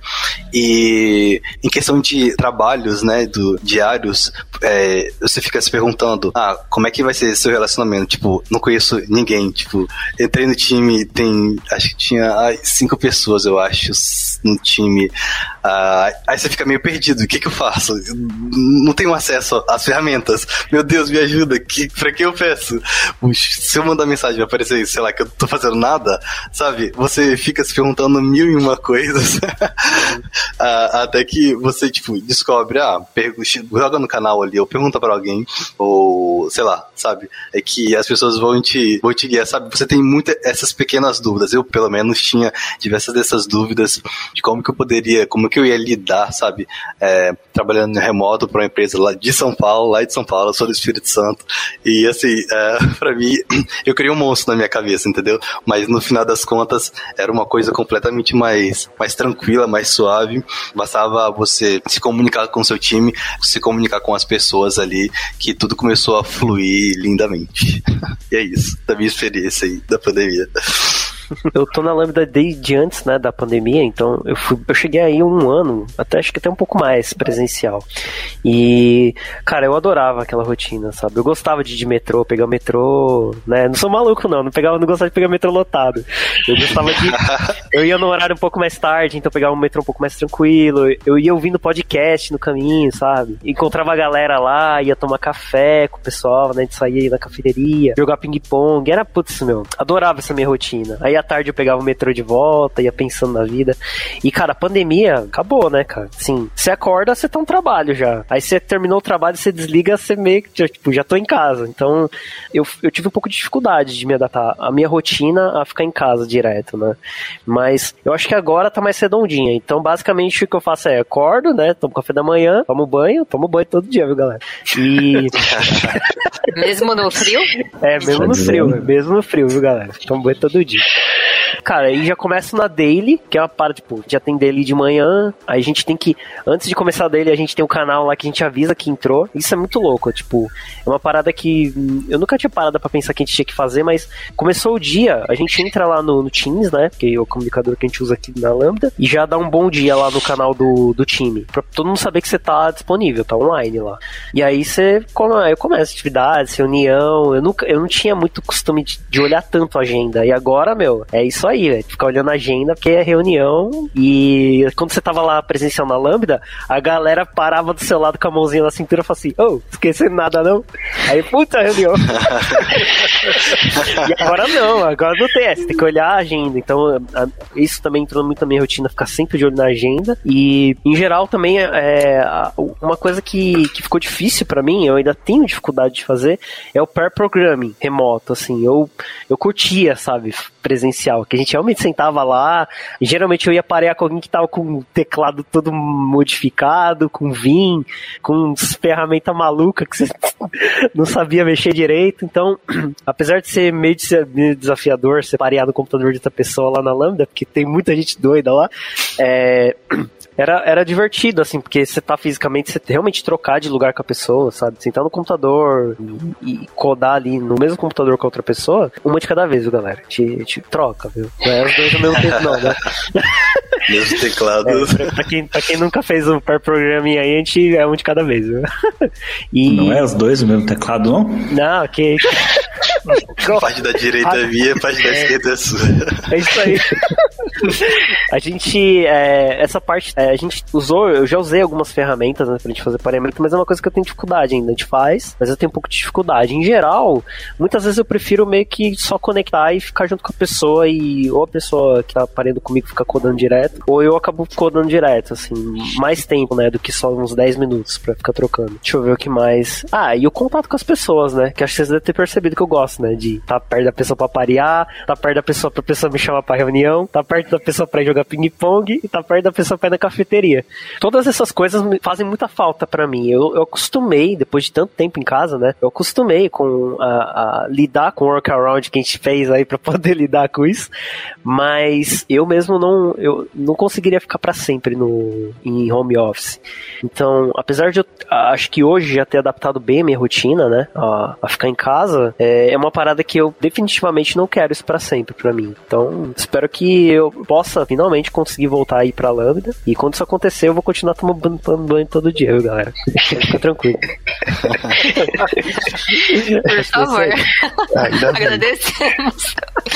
E em questão de trabalhos, né, diários, você fica se perguntando, como é que vai ser seu relacionamento? Tipo, não conheço ninguém, tipo, entrei no time, acho que tinha 5 pessoas, eu acho, no time. Aí você fica meio perdido, o que eu faço? Não tenho acesso às ferramentas. Meu Deus, me ajuda, pra que eu peço? Se eu mandar mensagem vai aparecer, sei lá, que eu tô fazendo nada, sabe? Você fica se perguntando 1001 coisas, até que você, tipo, descobre, joga no canal ali, ou pergunta pra alguém, ou, sei lá, sabe? É que as pessoas vão te guiar, sabe? Você tem muitas essas pequenas dúvidas. Eu, pelo menos, tinha diversas dessas dúvidas de como que eu ia lidar, sabe? Trabalhando remoto para uma empresa lá de São Paulo, eu sou do Espírito Santo, e assim, pra mim, eu criei um monstro na minha cabeça, entendeu? Mas no final das contas, era uma coisa completamente mais tranquila, mais suave. Bastava você se comunicar com o seu time, se comunicar com as pessoas ali, que tudo começou a fluir lindamente. E é isso, da minha experiência aí, da pandemia. Eu tô na Lambda desde antes, né, da pandemia, então eu cheguei aí 1 ano, acho que até um pouco mais presencial. E, cara, eu adorava aquela rotina, sabe? Eu gostava de ir de metrô, pegar o metrô, né? Não sou maluco, não gostava de pegar metrô lotado. Eu gostava eu ia no horário um pouco mais tarde, então pegava um metrô um pouco mais tranquilo. Eu ia ouvindo podcast no caminho, sabe? Encontrava a galera lá, ia tomar café com o pessoal, né? A gente saía na cafeteria, jogar ping-pong. Era, adorava essa minha rotina. Aí à tarde eu pegava o metrô de volta, ia pensando na vida. E, cara, a pandemia acabou, né, cara? Assim, você acorda, você tá no trabalho já. Aí você terminou o trabalho, você desliga, você meio que, já tô em casa. Então, eu tive um pouco de dificuldade de me adaptar a minha rotina a ficar em casa direto, né? Mas eu acho que agora tá mais redondinha. Então, basicamente, o que eu faço acordo, né? Tomo café da manhã, tomo banho todo dia, viu, galera? E... Mesmo no frio? Mesmo no frio, viu, galera? Tomo banho todo dia. Cara, aí já começa na daily, que é uma parada, tipo, já tem daily de manhã, aí a gente tem que, antes de começar a daily, a gente tem um canal lá que a gente avisa que entrou. Isso é muito louco, tipo, é uma parada que eu nunca tinha parado pra pensar que a gente tinha que fazer, mas começou o dia, a gente entra lá no Teams, né, que é o comunicador que a gente usa aqui na Lambda, e já dá um bom dia lá no canal do time, pra todo mundo saber que você tá disponível, tá online lá. E aí eu começo atividades, reunião, eu não tinha muito costume de olhar tanto a agenda, e agora, é isso aí, velho, ficar olhando a agenda, porque é reunião, e quando você tava lá presencial na Lambda, a galera parava do seu lado com a mãozinha na cintura e falava assim, esquecendo nada não? Aí, puta reunião. E agora não tem essa, tem que olhar a agenda. Então, isso também entrou muito na minha rotina, ficar sempre de olho na agenda. E, em geral, também, uma coisa que ficou difícil pra mim, eu ainda tenho dificuldade de fazer, é o pair programming remoto, assim. Eu curtia, sabe, presencial, que a gente realmente sentava lá, e geralmente eu ia parear com alguém que tava com o teclado todo modificado, com Vim, com ferramenta maluca que você não sabia mexer direito. Então, apesar de ser meio desafiador ser parear no computador de outra pessoa lá na Lambda, porque tem muita gente doida lá, era divertido, assim, porque você tá fisicamente, você realmente trocar de lugar com a pessoa, sabe? Sentar no computador e codar ali no mesmo computador com a outra pessoa, uma de cada vez, viu, galera? Te troca, viu? Não é os dois ao mesmo tempo, não, né? Mesmo teclado. Pra quem nunca fez um pair programming aí, a gente é um de cada vez, viu? Não é os dois o mesmo teclado, não? Não, ok. Parte da direita é minha, parte da esquerda é sua. É isso aí. A gente, essa parte, a gente usou, eu já usei algumas ferramentas, né, pra gente fazer pareamento, mas é uma coisa que eu tenho dificuldade ainda. A gente faz, mas eu tenho um pouco de dificuldade. Em geral, muitas vezes eu prefiro meio que só conectar e ficar junto com a pessoa, ou a pessoa que tá pareando comigo fica codando direto, ou eu acabo codando direto, assim, mais tempo, né, do que só uns 10 minutos pra ficar trocando. Deixa eu ver o que mais. E o contato com as pessoas, né, que acho que vocês devem ter percebido que eu gosto, né, de estar perto da pessoa pra parear, estar perto da pessoa pra pessoa me chamar pra reunião, estar perto da pessoa pra jogar ping-pong e estar perto da pessoa pra ir na cafeteria. Todas essas coisas fazem muita falta pra mim. Eu acostumei, depois de tanto tempo em casa, né, eu acostumei com a lidar com o workaround que a gente fez aí pra poder lidar com isso, mas eu mesmo não conseguiria ficar pra sempre em home office. Então, apesar de eu acho que hoje já ter adaptado bem a minha rotina, né, a ficar em casa, é uma parada que eu definitivamente não quero isso pra sempre pra mim. Então, espero que eu possa finalmente conseguir voltar aí pra Lambda, e quando isso acontecer eu vou continuar tomando banho todo dia, viu, galera? Fica tranquilo. Por favor. Agradecemos.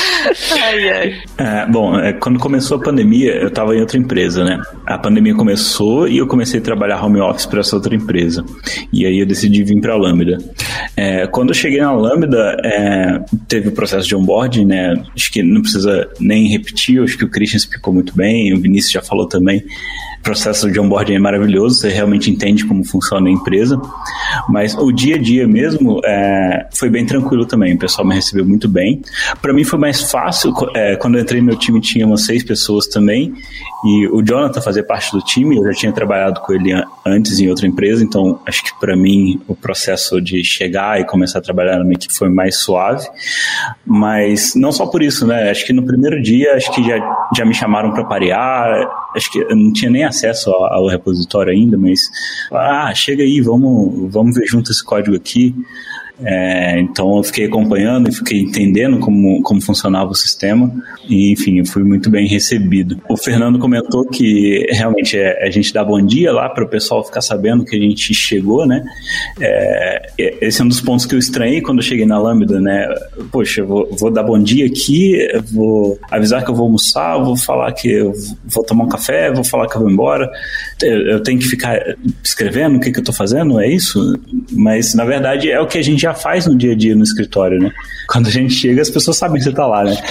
Bom, quando começou a pandemia, eu estava em outra empresa, né? A pandemia começou e eu comecei a trabalhar home office para essa outra empresa. E aí eu decidi vir para a Lambda. Quando eu cheguei na Lambda, teve o processo de onboarding, né? Acho que não precisa nem repetir, acho que o Christian explicou muito bem, o Vinícius já falou também. O processo de onboarding é maravilhoso, você realmente entende como funciona a empresa, mas o dia a dia mesmo foi bem tranquilo também, o pessoal me recebeu muito bem. Para mim foi mais fácil, quando eu entrei no meu time tinha umas 6 pessoas também, e o Jonathan fazia parte do time, eu já tinha trabalhado com ele antes em outra empresa, então acho que para mim o processo de chegar e começar a trabalhar na minha equipe foi mais suave, mas não só por isso, né, acho que no primeiro dia acho que já me chamaram para parear, acho que eu não tinha nem acesso ao repositório ainda, mas chega aí, vamos ver junto esse código aqui. Então eu fiquei acompanhando e fiquei entendendo como funcionava o sistema e, enfim, eu fui muito bem recebido. O Fernando comentou que realmente a gente dá bom dia lá para o pessoal ficar sabendo que a gente chegou, né? Esse é um dos pontos que eu estranhei quando eu cheguei na Lambda, né? Poxa, eu vou dar bom dia aqui, vou avisar que eu vou almoçar, vou falar que eu vou tomar um café, vou falar que eu vou embora, eu tenho que ficar escrevendo o que eu tô fazendo, é isso? Mas na verdade é o que a gente já faz no dia a dia no escritório, né? Quando a gente chega, as pessoas sabem que você tá lá, né?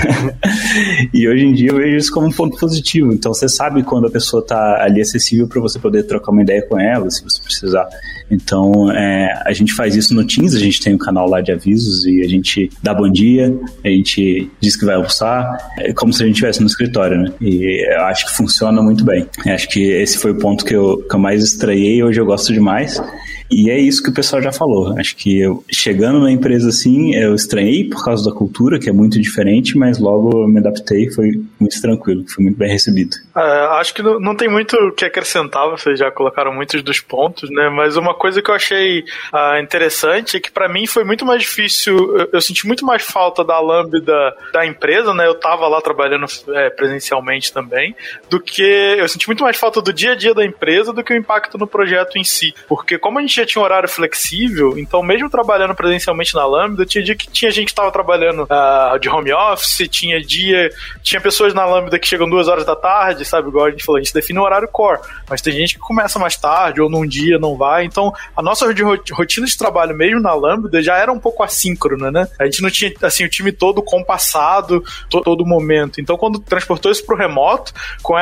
E hoje em dia eu vejo isso como um ponto positivo. Então você sabe quando a pessoa tá ali acessível para você poder trocar uma ideia com ela, se você precisar. Então a gente faz isso no Teams, a gente tem um canal lá de avisos e a gente dá bom dia, a gente diz que vai almoçar, é como se a gente estivesse no escritório, né? E eu acho que funciona muito bem. Eu acho que esse foi o ponto que eu mais estranhei e hoje eu gosto demais. E é isso que o pessoal já falou. Acho que chegando na empresa assim, eu estranhei por causa da cultura, que é muito diferente, mas logo eu me adaptei e foi muito tranquilo, foi muito bem recebido. Acho que não tem muito o que acrescentar, vocês já colocaram muitos dos pontos, né? Mas uma coisa que eu achei interessante é que pra mim foi muito mais difícil, eu senti muito mais falta da Lambda da empresa, né? Eu tava lá trabalhando presencialmente também, do que eu senti muito mais falta do dia a dia da empresa do que o impacto no projeto em si. Porque como a gente já tinha um horário flexível, então mesmo trabalhando presencialmente na Lambda, tinha dia que tinha gente que estava trabalhando de home office, tinha pessoas na Lambda que chegam 2 horas da tarde, sabe, igual a gente falou, a gente define o horário core, mas tem gente que começa mais tarde, ou num dia não vai, então Então, a nossa rotina de trabalho mesmo na Lambda já era um pouco assíncrona, né? A gente não tinha, assim, o time todo compassado todo momento. Então, quando transportou isso pro remoto, com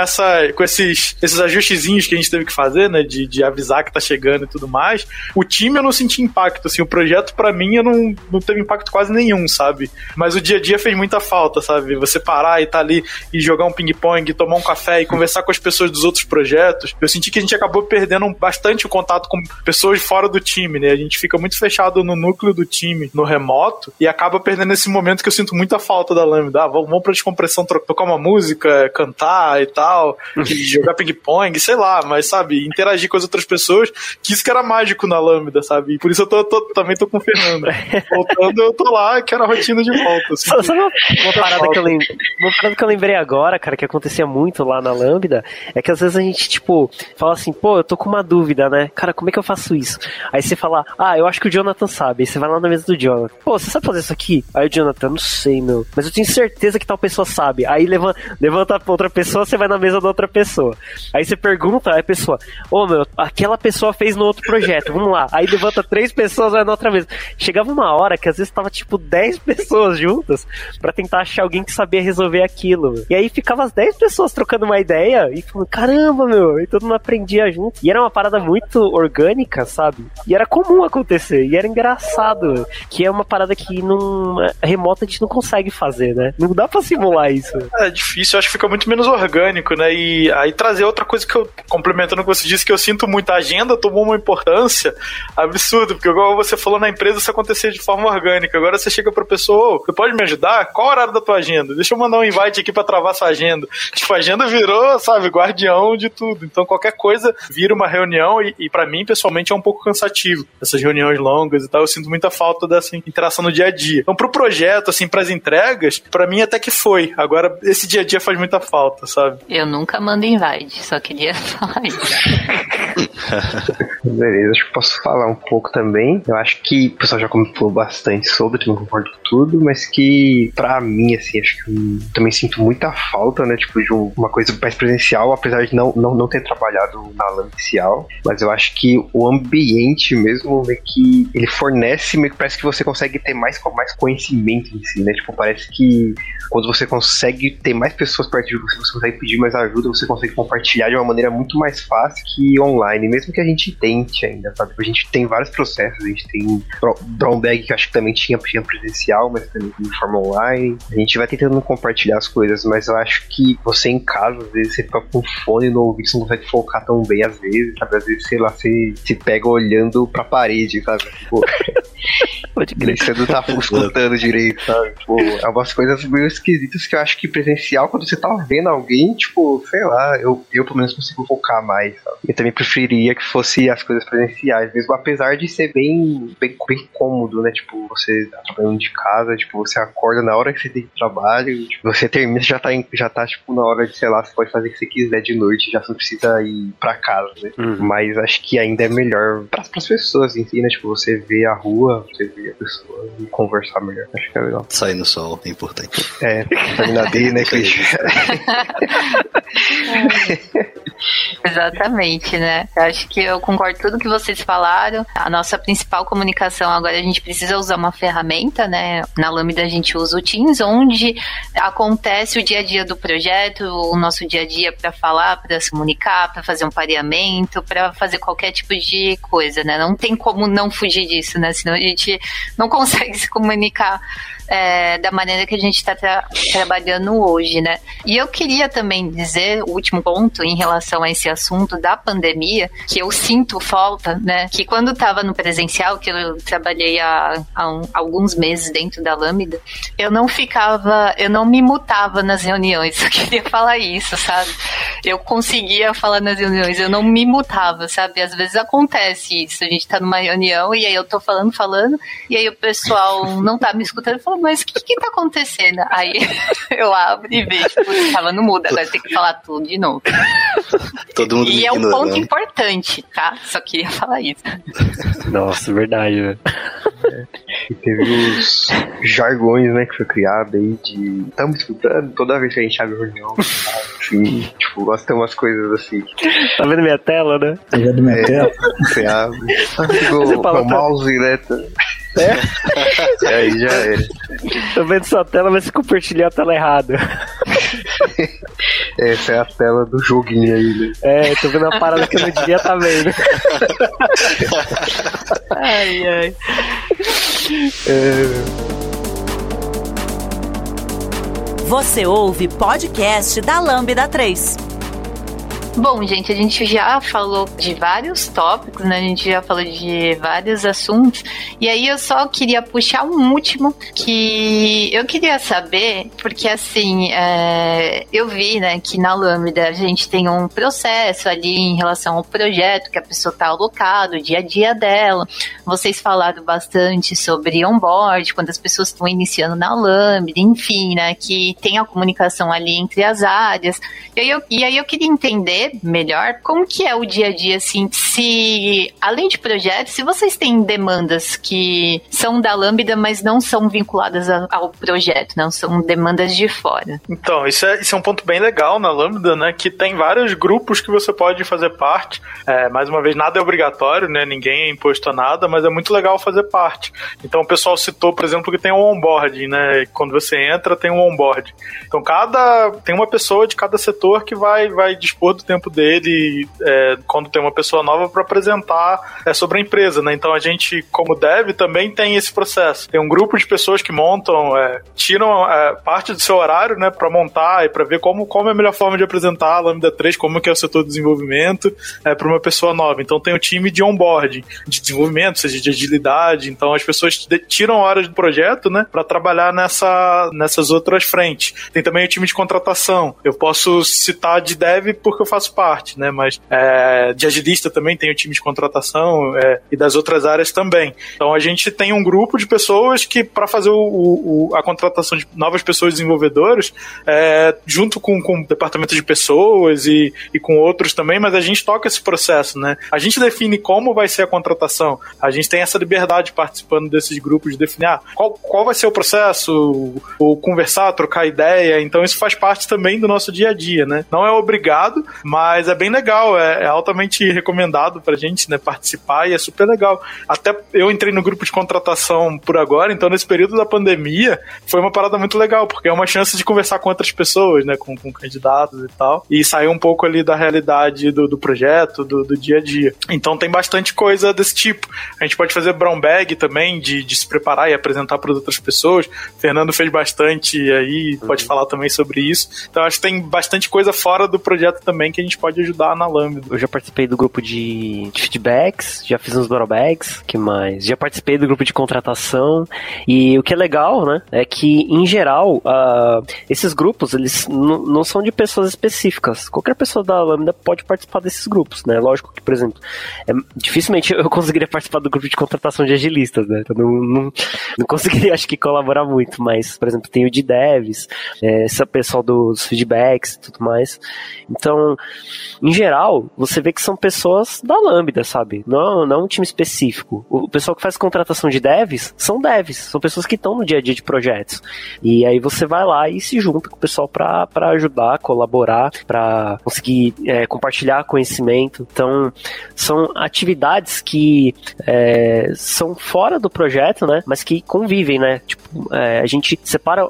esses ajustezinhos que a gente teve que fazer, né, de avisar que tá chegando e tudo mais, o time eu não senti impacto, assim, o projeto pra mim eu não teve impacto quase nenhum, sabe? Mas o dia a dia fez muita falta, sabe? Você parar e tá ali e jogar um ping-pong, tomar um café e conversar com as pessoas dos outros projetos. Eu senti que a gente acabou perdendo bastante o contato com pessoas fora do time, né? A gente fica muito fechado no núcleo do time, no remoto, e acaba perdendo esse momento que eu sinto muita falta da Lambda. Vamos pra descompressão, tocar uma música, cantar e tal, jogar ping-pong, sei lá, mas, sabe, interagir com as outras pessoas, que isso que era mágico na Lambda, sabe? E por isso eu também tô com o Fernando. Voltando, eu tô lá, quero a rotina de volta. Assim, só uma parada que eu lembrei agora, cara, que acontecia muito lá na Lambda, é que às vezes a gente, tipo, fala assim, pô, eu tô com uma dúvida, né? Cara, como é que eu faço isso? Aí você fala, eu acho que o Jonathan sabe. Aí você vai lá na mesa do Jonathan. Pô, você sabe fazer isso aqui? Aí o Jonathan, não sei, meu. Mas eu tenho certeza que tal pessoa sabe. Aí levanta pra outra pessoa, você vai na mesa da outra pessoa. Aí você pergunta, aí a pessoa, meu, aquela pessoa fez no outro projeto, vamos lá. Aí levanta 3 pessoas, vai na outra mesa. Chegava uma hora que às vezes tava tipo 10 pessoas juntas pra tentar achar alguém que sabia resolver aquilo, meu. E aí ficava as 10 pessoas trocando uma ideia e falando, caramba, meu, e todo mundo aprendia junto. E era uma parada muito orgânica, sabe? E era comum acontecer, e era engraçado, meu. Que é uma parada que remota a gente não consegue fazer, né? Não dá pra simular isso. É difícil, eu acho que fica muito menos orgânico, né? E aí trazer outra coisa que eu, complementando o que você disse, que eu sinto muito, a agenda tomou uma importância absurda, porque igual você falou, na empresa isso acontecia de forma orgânica. Agora você chega pra pessoa, você pode me ajudar? Qual o horário da tua agenda? Deixa eu mandar um invite aqui pra travar sua agenda. Tipo, a agenda virou, sabe, guardião de tudo. Então qualquer coisa vira uma reunião e pra mim, pessoalmente, é um pouco cansativo. Essas reuniões longas e tal, eu sinto muita falta dessa interação no dia a dia. Então pro projeto, assim, pras entregas, pra mim até que foi. Agora, esse dia a dia faz muita falta, sabe? Eu nunca mando invite, só queria falar isso. Beleza, acho que posso falar um pouco também. Eu acho que o pessoal já comentou bastante sobre, não concordo com tudo, mas que pra mim, assim, acho que eu também sinto muita falta, né, tipo, de uma coisa mais presencial, apesar de não ter trabalhado na LAN inicial, mas eu acho que o ambiente mesmo, meio que ele fornece, meio que parece que você consegue ter mais conhecimento em si, né, tipo, parece que quando você consegue ter mais pessoas perto de você, você consegue pedir mais ajuda, você consegue compartilhar de uma maneira muito mais fácil que online, mesmo que a gente tente ainda, sabe? A gente tem vários processos, a gente tem Brown Bag, que eu acho que também tinha presencial, mas também de forma online. A gente vai tentando compartilhar as coisas, mas eu acho que você em casa, às vezes você fica com fone no ouvido, você não consegue focar tão bem às vezes, sabe? Às vezes, sei lá, você se pega olhando pra parede, sabe? Pô, pode crer. Você não tá escutando direito, sabe? Pô, é umas coisas meio esquisitas que eu acho que presencial, quando você tá vendo alguém, tipo, sei lá, eu pelo menos consigo focar mais, sabe? Eu também preferiria que fosse as coisas presenciais, mesmo apesar de ser bem cômodo, né? Tipo, você tá trabalhando de casa, tipo, você acorda na hora que você tem trabalho, tipo, você termina, você já tá tipo, na hora de, sei lá, você pode fazer o que você quiser de noite, já não precisa ir pra casa, né? Mas acho que ainda é melhor pras pessoas em si, né? Tipo, você vê a rua, você vê a pessoa e conversar melhor. Acho que é legal. Sair no sol é importante. É, vitamina D, né, Cris? Exatamente, né? Eu acho que eu concordo com tudo que vocês falaram. A nossa principal comunicação agora, a gente precisa usar uma ferramenta, né? Na Lambda a gente usa o Teams, onde acontece o dia a dia do projeto, o nosso dia a dia para falar, para se comunicar, para fazer um pareamento, para fazer qualquer tipo de coisa, né? Não tem como não fugir disso, né? Senão a gente não consegue se comunicar da maneira que a gente está trabalhando hoje, né? E eu queria também dizer, o último ponto em relação a esse assunto da pandemia, que eu sinto falta, né? Que quando estava no presencial, que eu trabalhei há alguns meses dentro da Lambda, eu não me mutava nas reuniões, eu queria falar isso, sabe? Eu conseguia falar nas reuniões, eu não me mutava, sabe? Às vezes acontece isso, a gente tá numa reunião e aí eu tô falando, e aí o pessoal não tá me escutando e fala, mas o que tá acontecendo? Aí eu abro e vejo, tava no mudo, agora tem que falar tudo de novo. Todo mundo e é um ponto importante, tá? Só queria falar isso. Nossa, verdade, velho. E teve os jargões, né, que foi criado aí de estamos escutando toda vez que a gente abre reunião. assim, tipo, gosto de ter umas coisas assim. Tá vendo minha tela, né? Tá vendo minha tela? Você abre. O mouse, né? Aí já era. Tô vendo sua tela, mas você compartilhou a tela errada. Essa é a tela do joguinho aí, né? Tô vendo uma parada que eu não devia estar vendo. Ai. Você ouve podcast da Lambda 3. Bom, gente, a gente já falou de vários tópicos, né? A gente já falou de vários assuntos. E aí eu só queria puxar um último que eu queria saber, porque assim, eu vi, né, que na Lambda a gente tem um processo ali em relação ao projeto que a pessoa está alocada, o dia a dia dela. Vocês falaram bastante sobre onboard, quando as pessoas estão iniciando na Lambda, enfim, né, que tem a comunicação ali entre as áreas. E aí eu queria entender melhor como que é o dia a dia, assim, se, além de projetos, se vocês têm demandas que são da Lambda, mas não são vinculadas ao projeto, não são demandas de fora. Então, isso é um ponto bem legal na Lambda, né, que tem vários grupos que você pode fazer parte. Mais uma vez, nada é obrigatório, né, ninguém é imposto a nada, mas é muito legal fazer parte. Então, o pessoal citou, por exemplo, que tem um onboarding, né, quando você entra, tem um onboarding. Então, tem uma pessoa de cada setor que vai dispor do tempo dele quando tem uma pessoa nova para apresentar sobre a empresa, né? Então a gente, como dev, também tem esse processo. Tem um grupo de pessoas que montam, tiram parte do seu horário, né, para montar e para ver como é a melhor forma de apresentar a Lambda 3, como que é o setor de desenvolvimento para uma pessoa nova. Então tem o time de onboarding, de desenvolvimento, seja de agilidade. Então as pessoas tiram horas do projeto, né, para trabalhar nessas outras frentes. Tem também o time de contratação. Eu posso citar de dev porque eu faço parte, né? Mas de agilista também tem o time de contratação e das outras áreas também. Então a gente tem um grupo de pessoas que, para fazer a contratação de novas pessoas desenvolvedoras, junto com o departamento de pessoas e com outros também, mas a gente toca esse processo, né? A gente define como vai ser a contratação. A gente tem essa liberdade participando desses grupos de definir qual vai ser o processo, ou conversar, trocar ideia. Então isso faz parte também do nosso dia a dia, né? Não é obrigado, mas é bem legal, é altamente recomendado pra gente, né, participar, e é super legal. Até eu entrei no grupo de contratação por agora, então nesse período da pandemia foi uma parada muito legal, porque é uma chance de conversar com outras pessoas, né, com candidatos e tal, e sair um pouco ali da realidade do projeto, do dia a dia. Então tem bastante coisa desse tipo. A gente pode fazer brown bag também, de se preparar e apresentar para outras pessoas. O Fernando fez bastante aí, pode falar também sobre isso. Então acho que tem bastante coisa fora do projeto também que a gente pode ajudar na Lambda. Eu já participei do grupo de feedbacks, já fiz uns brown bags, que mais? Já participei do grupo de contratação, e o que é legal, né, é que, em geral, esses grupos, eles não são de pessoas específicas. Qualquer pessoa da Lambda pode participar desses grupos, né? Lógico que, por exemplo, dificilmente eu conseguiria participar do grupo de contratação de agilistas, né? Então não conseguiria, acho que, colaborar muito, mas, por exemplo, tem o de devs, esse pessoal dos feedbacks e tudo mais. Então, em geral, você vê que são pessoas da Lambda, sabe? Não um time específico. O pessoal que faz contratação de devs, são pessoas que estão no dia a dia de projetos. E aí você vai lá e se junta com o pessoal para ajudar, colaborar, para conseguir compartilhar conhecimento. Então, são atividades que são fora do projeto, né? Mas que convivem, né? Tipo, a gente separa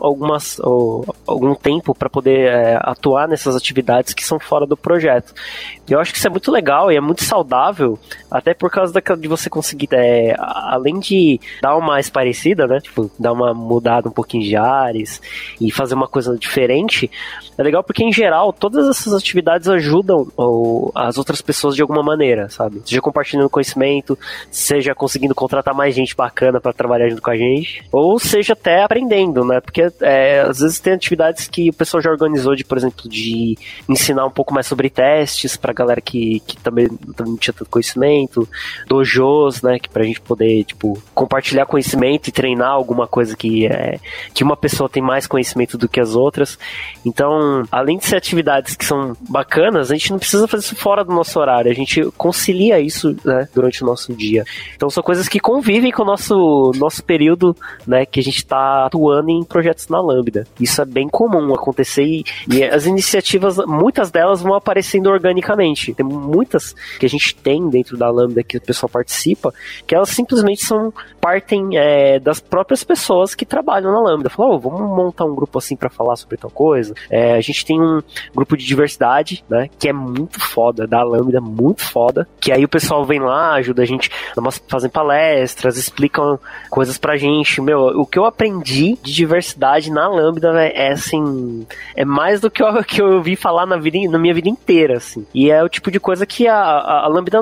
algum tempo para poder atuar nessas atividades que são fora do projeto. Eu acho que isso é muito legal e é muito saudável, até por causa de você conseguir, além de dar uma esparecida, né, tipo, dar uma mudada um pouquinho de ares e fazer uma coisa diferente, é legal porque, em geral, todas essas atividades ajudam as outras pessoas de alguma maneira, sabe? Seja compartilhando conhecimento, seja conseguindo contratar mais gente bacana para trabalhar junto com a gente, ou seja até aprendendo, né, porque às vezes tem atividades que o pessoal já organizou, por exemplo, de ensinar um pouco mais sobre sobre testes pra galera que também não tinha tanto conhecimento, dojos, né, que pra gente poder, tipo, compartilhar conhecimento e treinar alguma coisa que uma pessoa tem mais conhecimento do que as outras. Então, além de ser atividades que são bacanas, a gente não precisa fazer isso fora do nosso horário, a gente concilia isso, né, durante o nosso dia. Então, são coisas que convivem com o nosso período, né, que a gente tá atuando em projetos na Lambda. Isso é bem comum acontecer e as iniciativas, muitas delas vão aparecendo organicamente. Tem muitas que a gente tem dentro da Lambda que o pessoal participa, que elas simplesmente partem das próprias pessoas que trabalham na Lambda. Falam, vamos montar um grupo assim pra falar sobre tal coisa. A gente tem um grupo de diversidade, né, que é muito foda, da Lambda, muito foda, que aí o pessoal vem lá, ajuda a gente, fazem palestras, explicam coisas pra gente. Meu, o que eu aprendi de diversidade na Lambda assim, é mais do que eu ouvi falar na minha vida inteira, assim. E é o tipo de coisa que a Lambda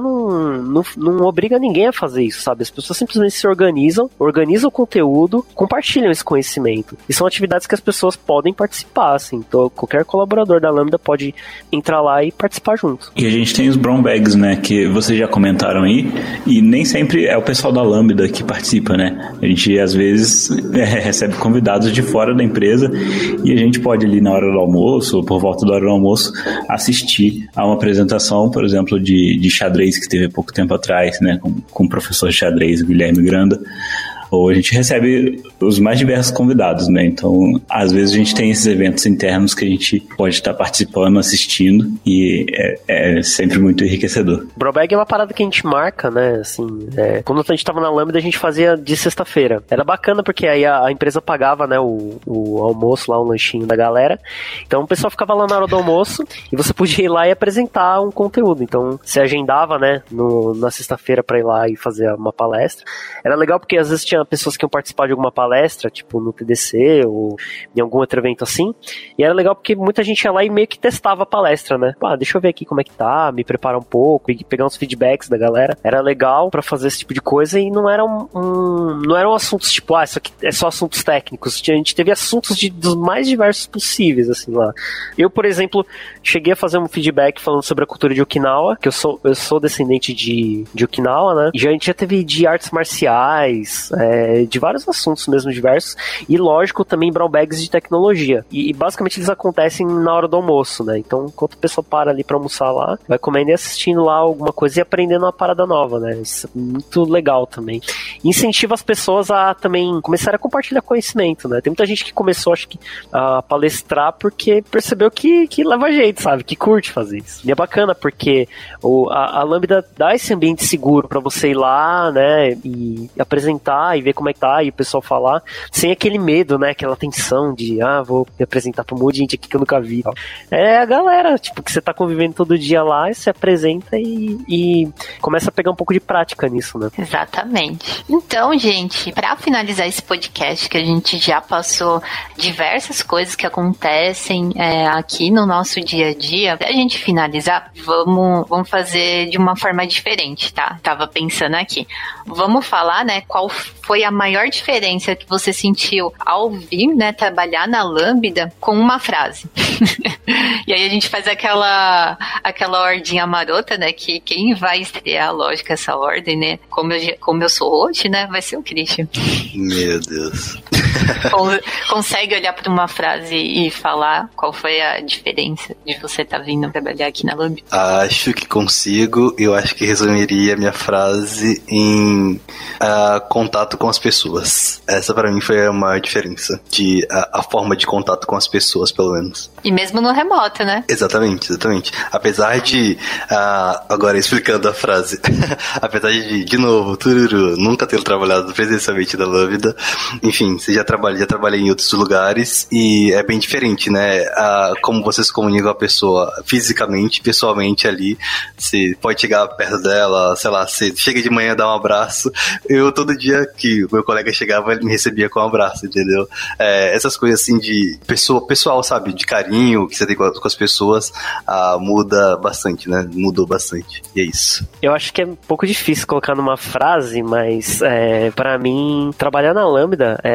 não obriga ninguém a fazer isso, sabe? As pessoas simplesmente se organizam o conteúdo, compartilham esse conhecimento. E são atividades que as pessoas podem participar, assim. Então, qualquer colaborador da Lambda pode entrar lá e participar junto. E a gente tem os brown bags, né, que vocês já comentaram aí, e nem sempre é o pessoal da Lambda que participa, né? A gente, às vezes, recebe convidados de fora da empresa e a gente pode ali na hora do almoço, ou por volta da hora do almoço, assistir a uma apresentação, por exemplo, de xadrez que teve há pouco tempo atrás, né, com o professor de xadrez, Guilherme Granda. Ou a gente recebe os mais diversos convidados, né? Então, às vezes a gente tem esses eventos internos que a gente pode estar participando, assistindo, e é sempre muito enriquecedor. Brobag é uma parada que a gente marca, né? Assim, quando a gente tava na Lambda, a gente fazia de sexta-feira. Era bacana porque aí a empresa pagava, né, o almoço lá, o lanchinho da galera. Então o pessoal ficava lá na hora do almoço e você podia ir lá e apresentar um conteúdo. Então, você agendava, né, na sexta-feira pra ir lá e fazer uma palestra. Era legal porque às vezes tinha pessoas que iam participar de alguma palestra, tipo no TDC ou em algum outro evento assim, e era legal porque muita gente ia lá e meio que testava a palestra, né? Deixa eu ver aqui como é que tá, me preparar um pouco e pegar uns feedbacks da galera. Era legal pra fazer esse tipo de coisa e não eram assuntos tipo, isso aqui é só assuntos técnicos. A gente teve assuntos dos mais diversos possíveis, assim, lá. Eu, por exemplo, cheguei a fazer um feedback falando sobre a cultura de Okinawa, que eu sou descendente de Okinawa, né? E a gente já teve de artes marciais, de vários assuntos mesmo diversos, e lógico também brown bags de tecnologia, e basicamente eles acontecem na hora do almoço, né? Então enquanto a pessoa para ali pra almoçar lá, vai comendo e assistindo lá alguma coisa e aprendendo uma parada nova, né? Isso é muito legal também. Incentiva as pessoas a também começar a compartilhar conhecimento, né? Tem muita gente que começou, acho que, a palestrar porque percebeu que leva jeito, sabe? Que curte fazer isso. E é bacana porque a Lambda dá esse ambiente seguro pra você ir lá, né? E apresentar e ver como é que tá, e o pessoal falar, sem aquele medo, né, aquela tensão de, vou me apresentar pra um monte de gente aqui que eu nunca vi. É a galera, tipo, que você tá convivendo todo dia lá, e se apresenta e começa a pegar um pouco de prática nisso, né? Exatamente. Então, gente, pra finalizar esse podcast, que a gente já passou diversas coisas que acontecem aqui no nosso dia a dia, pra gente finalizar, vamos fazer de uma forma diferente, tá? Tava pensando aqui. Vamos falar, né, qual foi a maior diferença que você sentiu ao vir, né, trabalhar na Lambda com uma frase. E aí a gente faz aquela ordinha marota, né, que quem vai estrear, lógico, essa ordem, né, como eu sou hoje, né, vai ser o Christian. Meu Deus. Consegue olhar para uma frase e falar qual foi a diferença de você estar vindo trabalhar aqui na Lambda? Acho que consigo. Eu acho que resumiria minha frase em contato com as pessoas. Essa para mim foi a maior diferença, a forma de contato com as pessoas, pelo menos. E mesmo no remoto, né? Exatamente. Apesar de, agora explicando a frase, apesar de novo, nunca ter trabalhado presencialmente na Lambda, enfim, já trabalhei em outros lugares e é bem diferente, né? Como você se comunica com a pessoa fisicamente, pessoalmente ali, você pode chegar perto dela, sei lá, você chega de manhã, dá um abraço. Eu, todo dia que o meu colega chegava, ele me recebia com um abraço, entendeu? Essas coisas assim de pessoal, sabe? De carinho que você tem com as pessoas, muda bastante, né? Mudou bastante. E é isso. Eu acho que é um pouco difícil colocar numa frase, mas pra mim, trabalhar na Lambda foi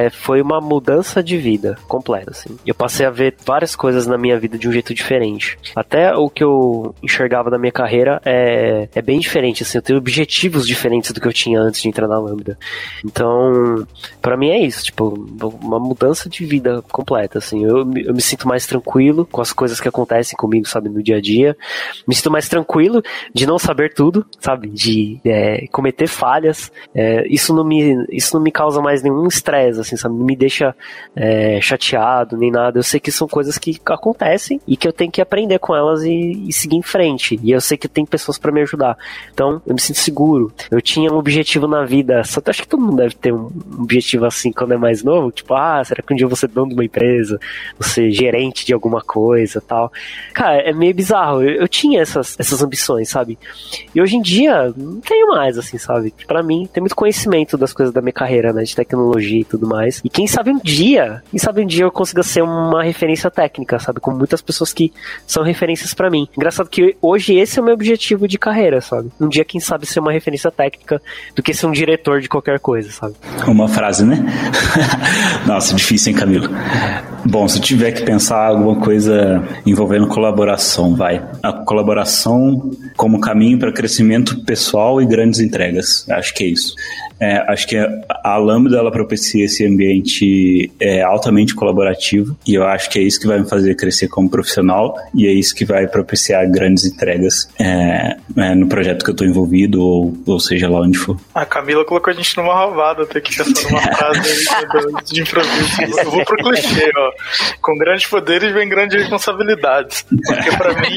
uma mudança de vida completa, assim. Eu passei a ver várias coisas na minha vida de um jeito diferente. Até o que eu enxergava da minha carreira é bem diferente, assim. Eu tenho objetivos diferentes do que eu tinha antes de entrar na Lambda. Então, pra mim é isso, tipo, uma mudança de vida completa, assim. Eu me sinto mais tranquilo com as coisas que acontecem comigo, sabe, no dia a dia. Me sinto mais tranquilo de não saber tudo, sabe, de cometer falhas. Isso não me causa mais nenhum estresse, assim, sabe, não me deixa chateado, nem nada. Eu sei que são coisas que acontecem e que eu tenho que aprender com elas e seguir em frente. E eu sei que tem pessoas pra me ajudar. Então, eu me sinto seguro. Eu tinha um objetivo na vida, só que acho que todo mundo deve ter um objetivo assim quando é mais novo, tipo, será que um dia eu vou ser dono de uma empresa, vou ser gerente de alguma coisa, tal. Cara, é meio bizarro. Eu tinha essas ambições, sabe? E hoje em dia, não tenho mais, assim, sabe? Pra mim, tem muito conhecimento das coisas da minha carreira, né, de tecnologia e tudo mais. E quem sabe um dia eu consiga ser uma referência técnica, sabe? Com muitas pessoas que são referências pra mim. Engraçado que hoje esse é o meu objetivo de carreira, sabe? Um dia, quem sabe, ser uma referência técnica do que ser um diretor de qualquer coisa, sabe? Uma frase, né? Nossa, difícil, hein, Camilo? Bom, se eu tiver que pensar alguma coisa envolvendo colaboração, a colaboração como caminho para crescimento pessoal e grandes entregas. Acho que é isso. Acho que a Lambda, ela propicia esse ambiente altamente colaborativo, e eu acho que é isso que vai me fazer crescer como profissional, e é isso que vai propiciar grandes entregas no projeto que eu estou envolvido, ou seja lá onde for. A Camila colocou a gente numa roubada, ter que pensar numa frase de improviso. Eu vou pro clichê, ó. Com grandes poderes vem grandes responsabilidades. Porque pra mim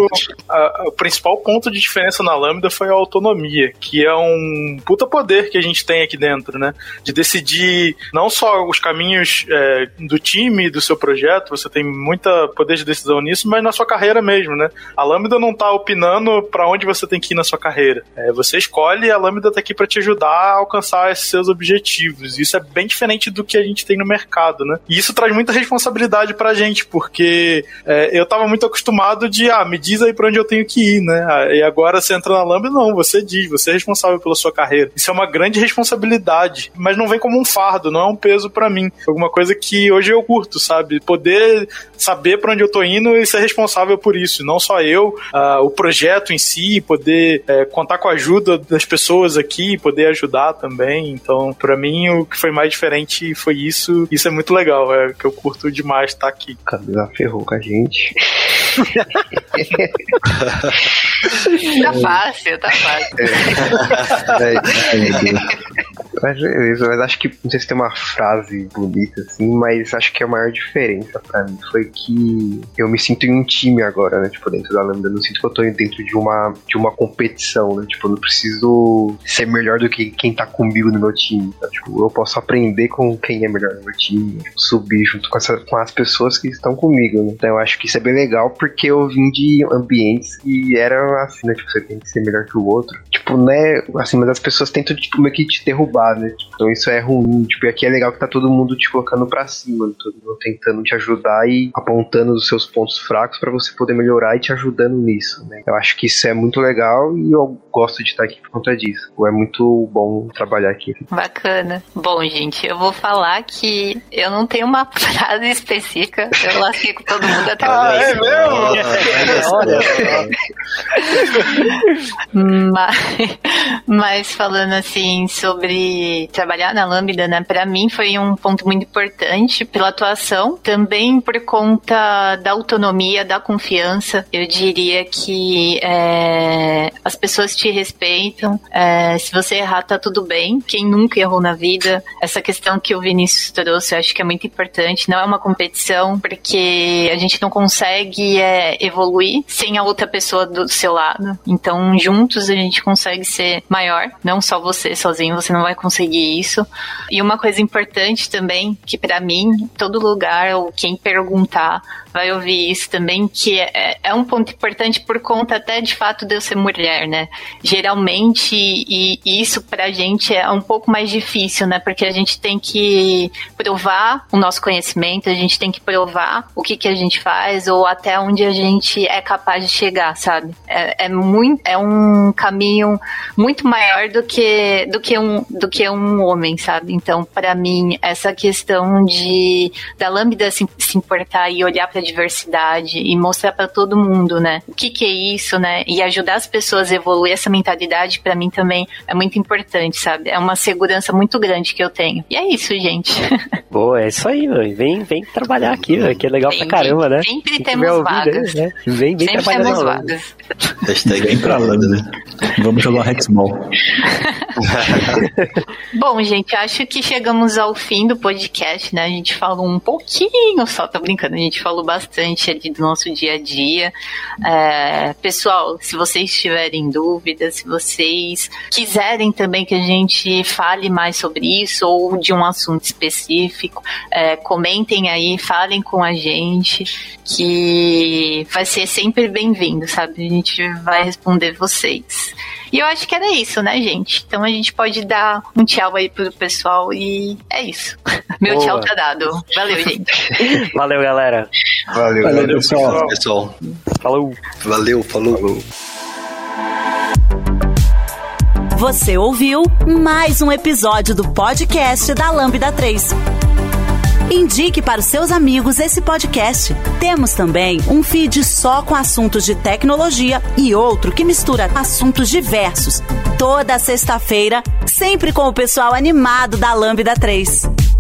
o principal ponto de diferença na Lambda foi a autonomia, que é um puta poder que a gente tem aqui dentro, né? De decidir não só os caminhos do time, do seu projeto, você tem muita poder de decisão nisso, mas na sua carreira mesmo, né? A Lambda não tá opinando pra onde você tem que ir na sua carreira. Você escolhe e a Lambda tá aqui pra te ajudar a alcançar esses seus objetivos. Isso é bem diferente do que a gente tem no mercado, né? E isso traz muita responsabilidade pra gente, porque eu tava muito acostumado de, me diz aí pra onde eu tenho que ir, né? E agora você entra na Lambda, não, você diz, você é responsável pela sua carreira. Isso é uma grande responsabilidade, mas não vem como um fardo, não é um peso pra mim. Alguma coisa que hoje eu curto, sabe? Poder saber pra onde eu tô indo e ser responsável por isso. Não só eu, o projeto em si, poder contar com a ajuda das pessoas aqui, poder ajudar também. Então, pra mim, o que foi mais diferente foi isso. Isso é muito legal, que eu curto demais estar aqui. Camila ferrou com a gente. Tá fácil. Mas acho que, não sei se tem uma frase bonita assim, mas acho que a maior diferença pra mim foi que eu me sinto em um time agora, né, tipo, dentro da Lambda. Eu não sinto que eu tô dentro de uma competição, né, tipo, eu não preciso ser melhor do que quem tá comigo no meu time, tá? Tipo, eu posso aprender com quem é melhor no meu time, tipo, subir junto com as pessoas que estão comigo, né? Então eu acho que isso é bem legal, porque eu vim de ambientes que eram assim, né, tipo, você tem que ser melhor que o outro, tipo, né, assim, mas as pessoas tentam, tipo, meio que te derrubar, né, tipo, então isso é ruim, tipo, e aqui é legal que tá todo mundo te colocando pra cima, né? Todo mundo tentando te ajudar e apontando os seus pontos fracos pra você poder melhorar e te ajudando nisso, né? Eu acho que isso é muito legal e eu gosto de estar aqui por conta disso. É muito bom trabalhar aqui. Bacana. Bom, gente, eu vou falar que eu não tenho uma frase específica, eu lasquei com todo mundo até o é mesmo? Mas falando assim sobre trabalhar na Lambda, né, pra mim foi um ponto muito importante pela atuação, também por conta da autonomia, da confiança. Eu diria que as pessoas te respeitam, se você errar tá tudo bem, quem nunca errou na vida. Essa questão que o Vinícius trouxe eu acho que é muito importante, não é uma competição, porque a gente não consegue evoluir sem a outra pessoa do seu lado, então juntos a gente consegue ser maior, não só você sozinho, você não vai conseguir isso. E uma coisa importante também, que pra mim, todo lugar, ou quem perguntar, vai ouvir isso também, que é um ponto importante por conta até de fato de eu ser mulher, né? Geralmente, e isso pra gente é um pouco mais difícil, né? Porque a gente tem que provar o nosso conhecimento, a gente tem que provar o que a gente faz, ou até onde a gente é capaz de chegar, sabe? É um caminho muito maior do que ser um homem, sabe? Então, para mim, essa questão da Lambda se importar e olhar para a diversidade e mostrar para todo mundo, né? O que é isso, né? E ajudar as pessoas a evoluir essa mentalidade, para mim também é muito importante, sabe? É uma segurança muito grande que eu tenho. E é isso, gente. Boa, é isso aí, mano. Vem trabalhar aqui, né? Que é legal pra caramba, né? Sempre temos vagas. Né? Vem sempre trabalhar temos vagas. Vem pra Lambda, né? Vamos jogar o Hexball. Bom, gente, acho que chegamos ao fim do podcast, né? A gente falou um pouquinho só, tô brincando, a gente falou bastante ali do nosso dia a dia. Pessoal, se vocês tiverem dúvidas, se vocês quiserem também que a gente fale mais sobre isso ou de um assunto específico, comentem aí, falem com a gente, que vai ser sempre bem-vindo, sabe? A gente vai responder vocês. E eu acho que era isso, né, gente? Então a gente pode dar um tchau aí pro pessoal e é isso. Meu tchau tá dado. Valeu, gente. Valeu, galera. Valeu pessoal. Falou. Valeu. Você ouviu mais um episódio do podcast da Lambda 3. Indique para os seus amigos esse podcast. Temos também um feed só com assuntos de tecnologia e outro que mistura assuntos diversos. Toda sexta-feira, sempre com o pessoal animado da Lambda 3.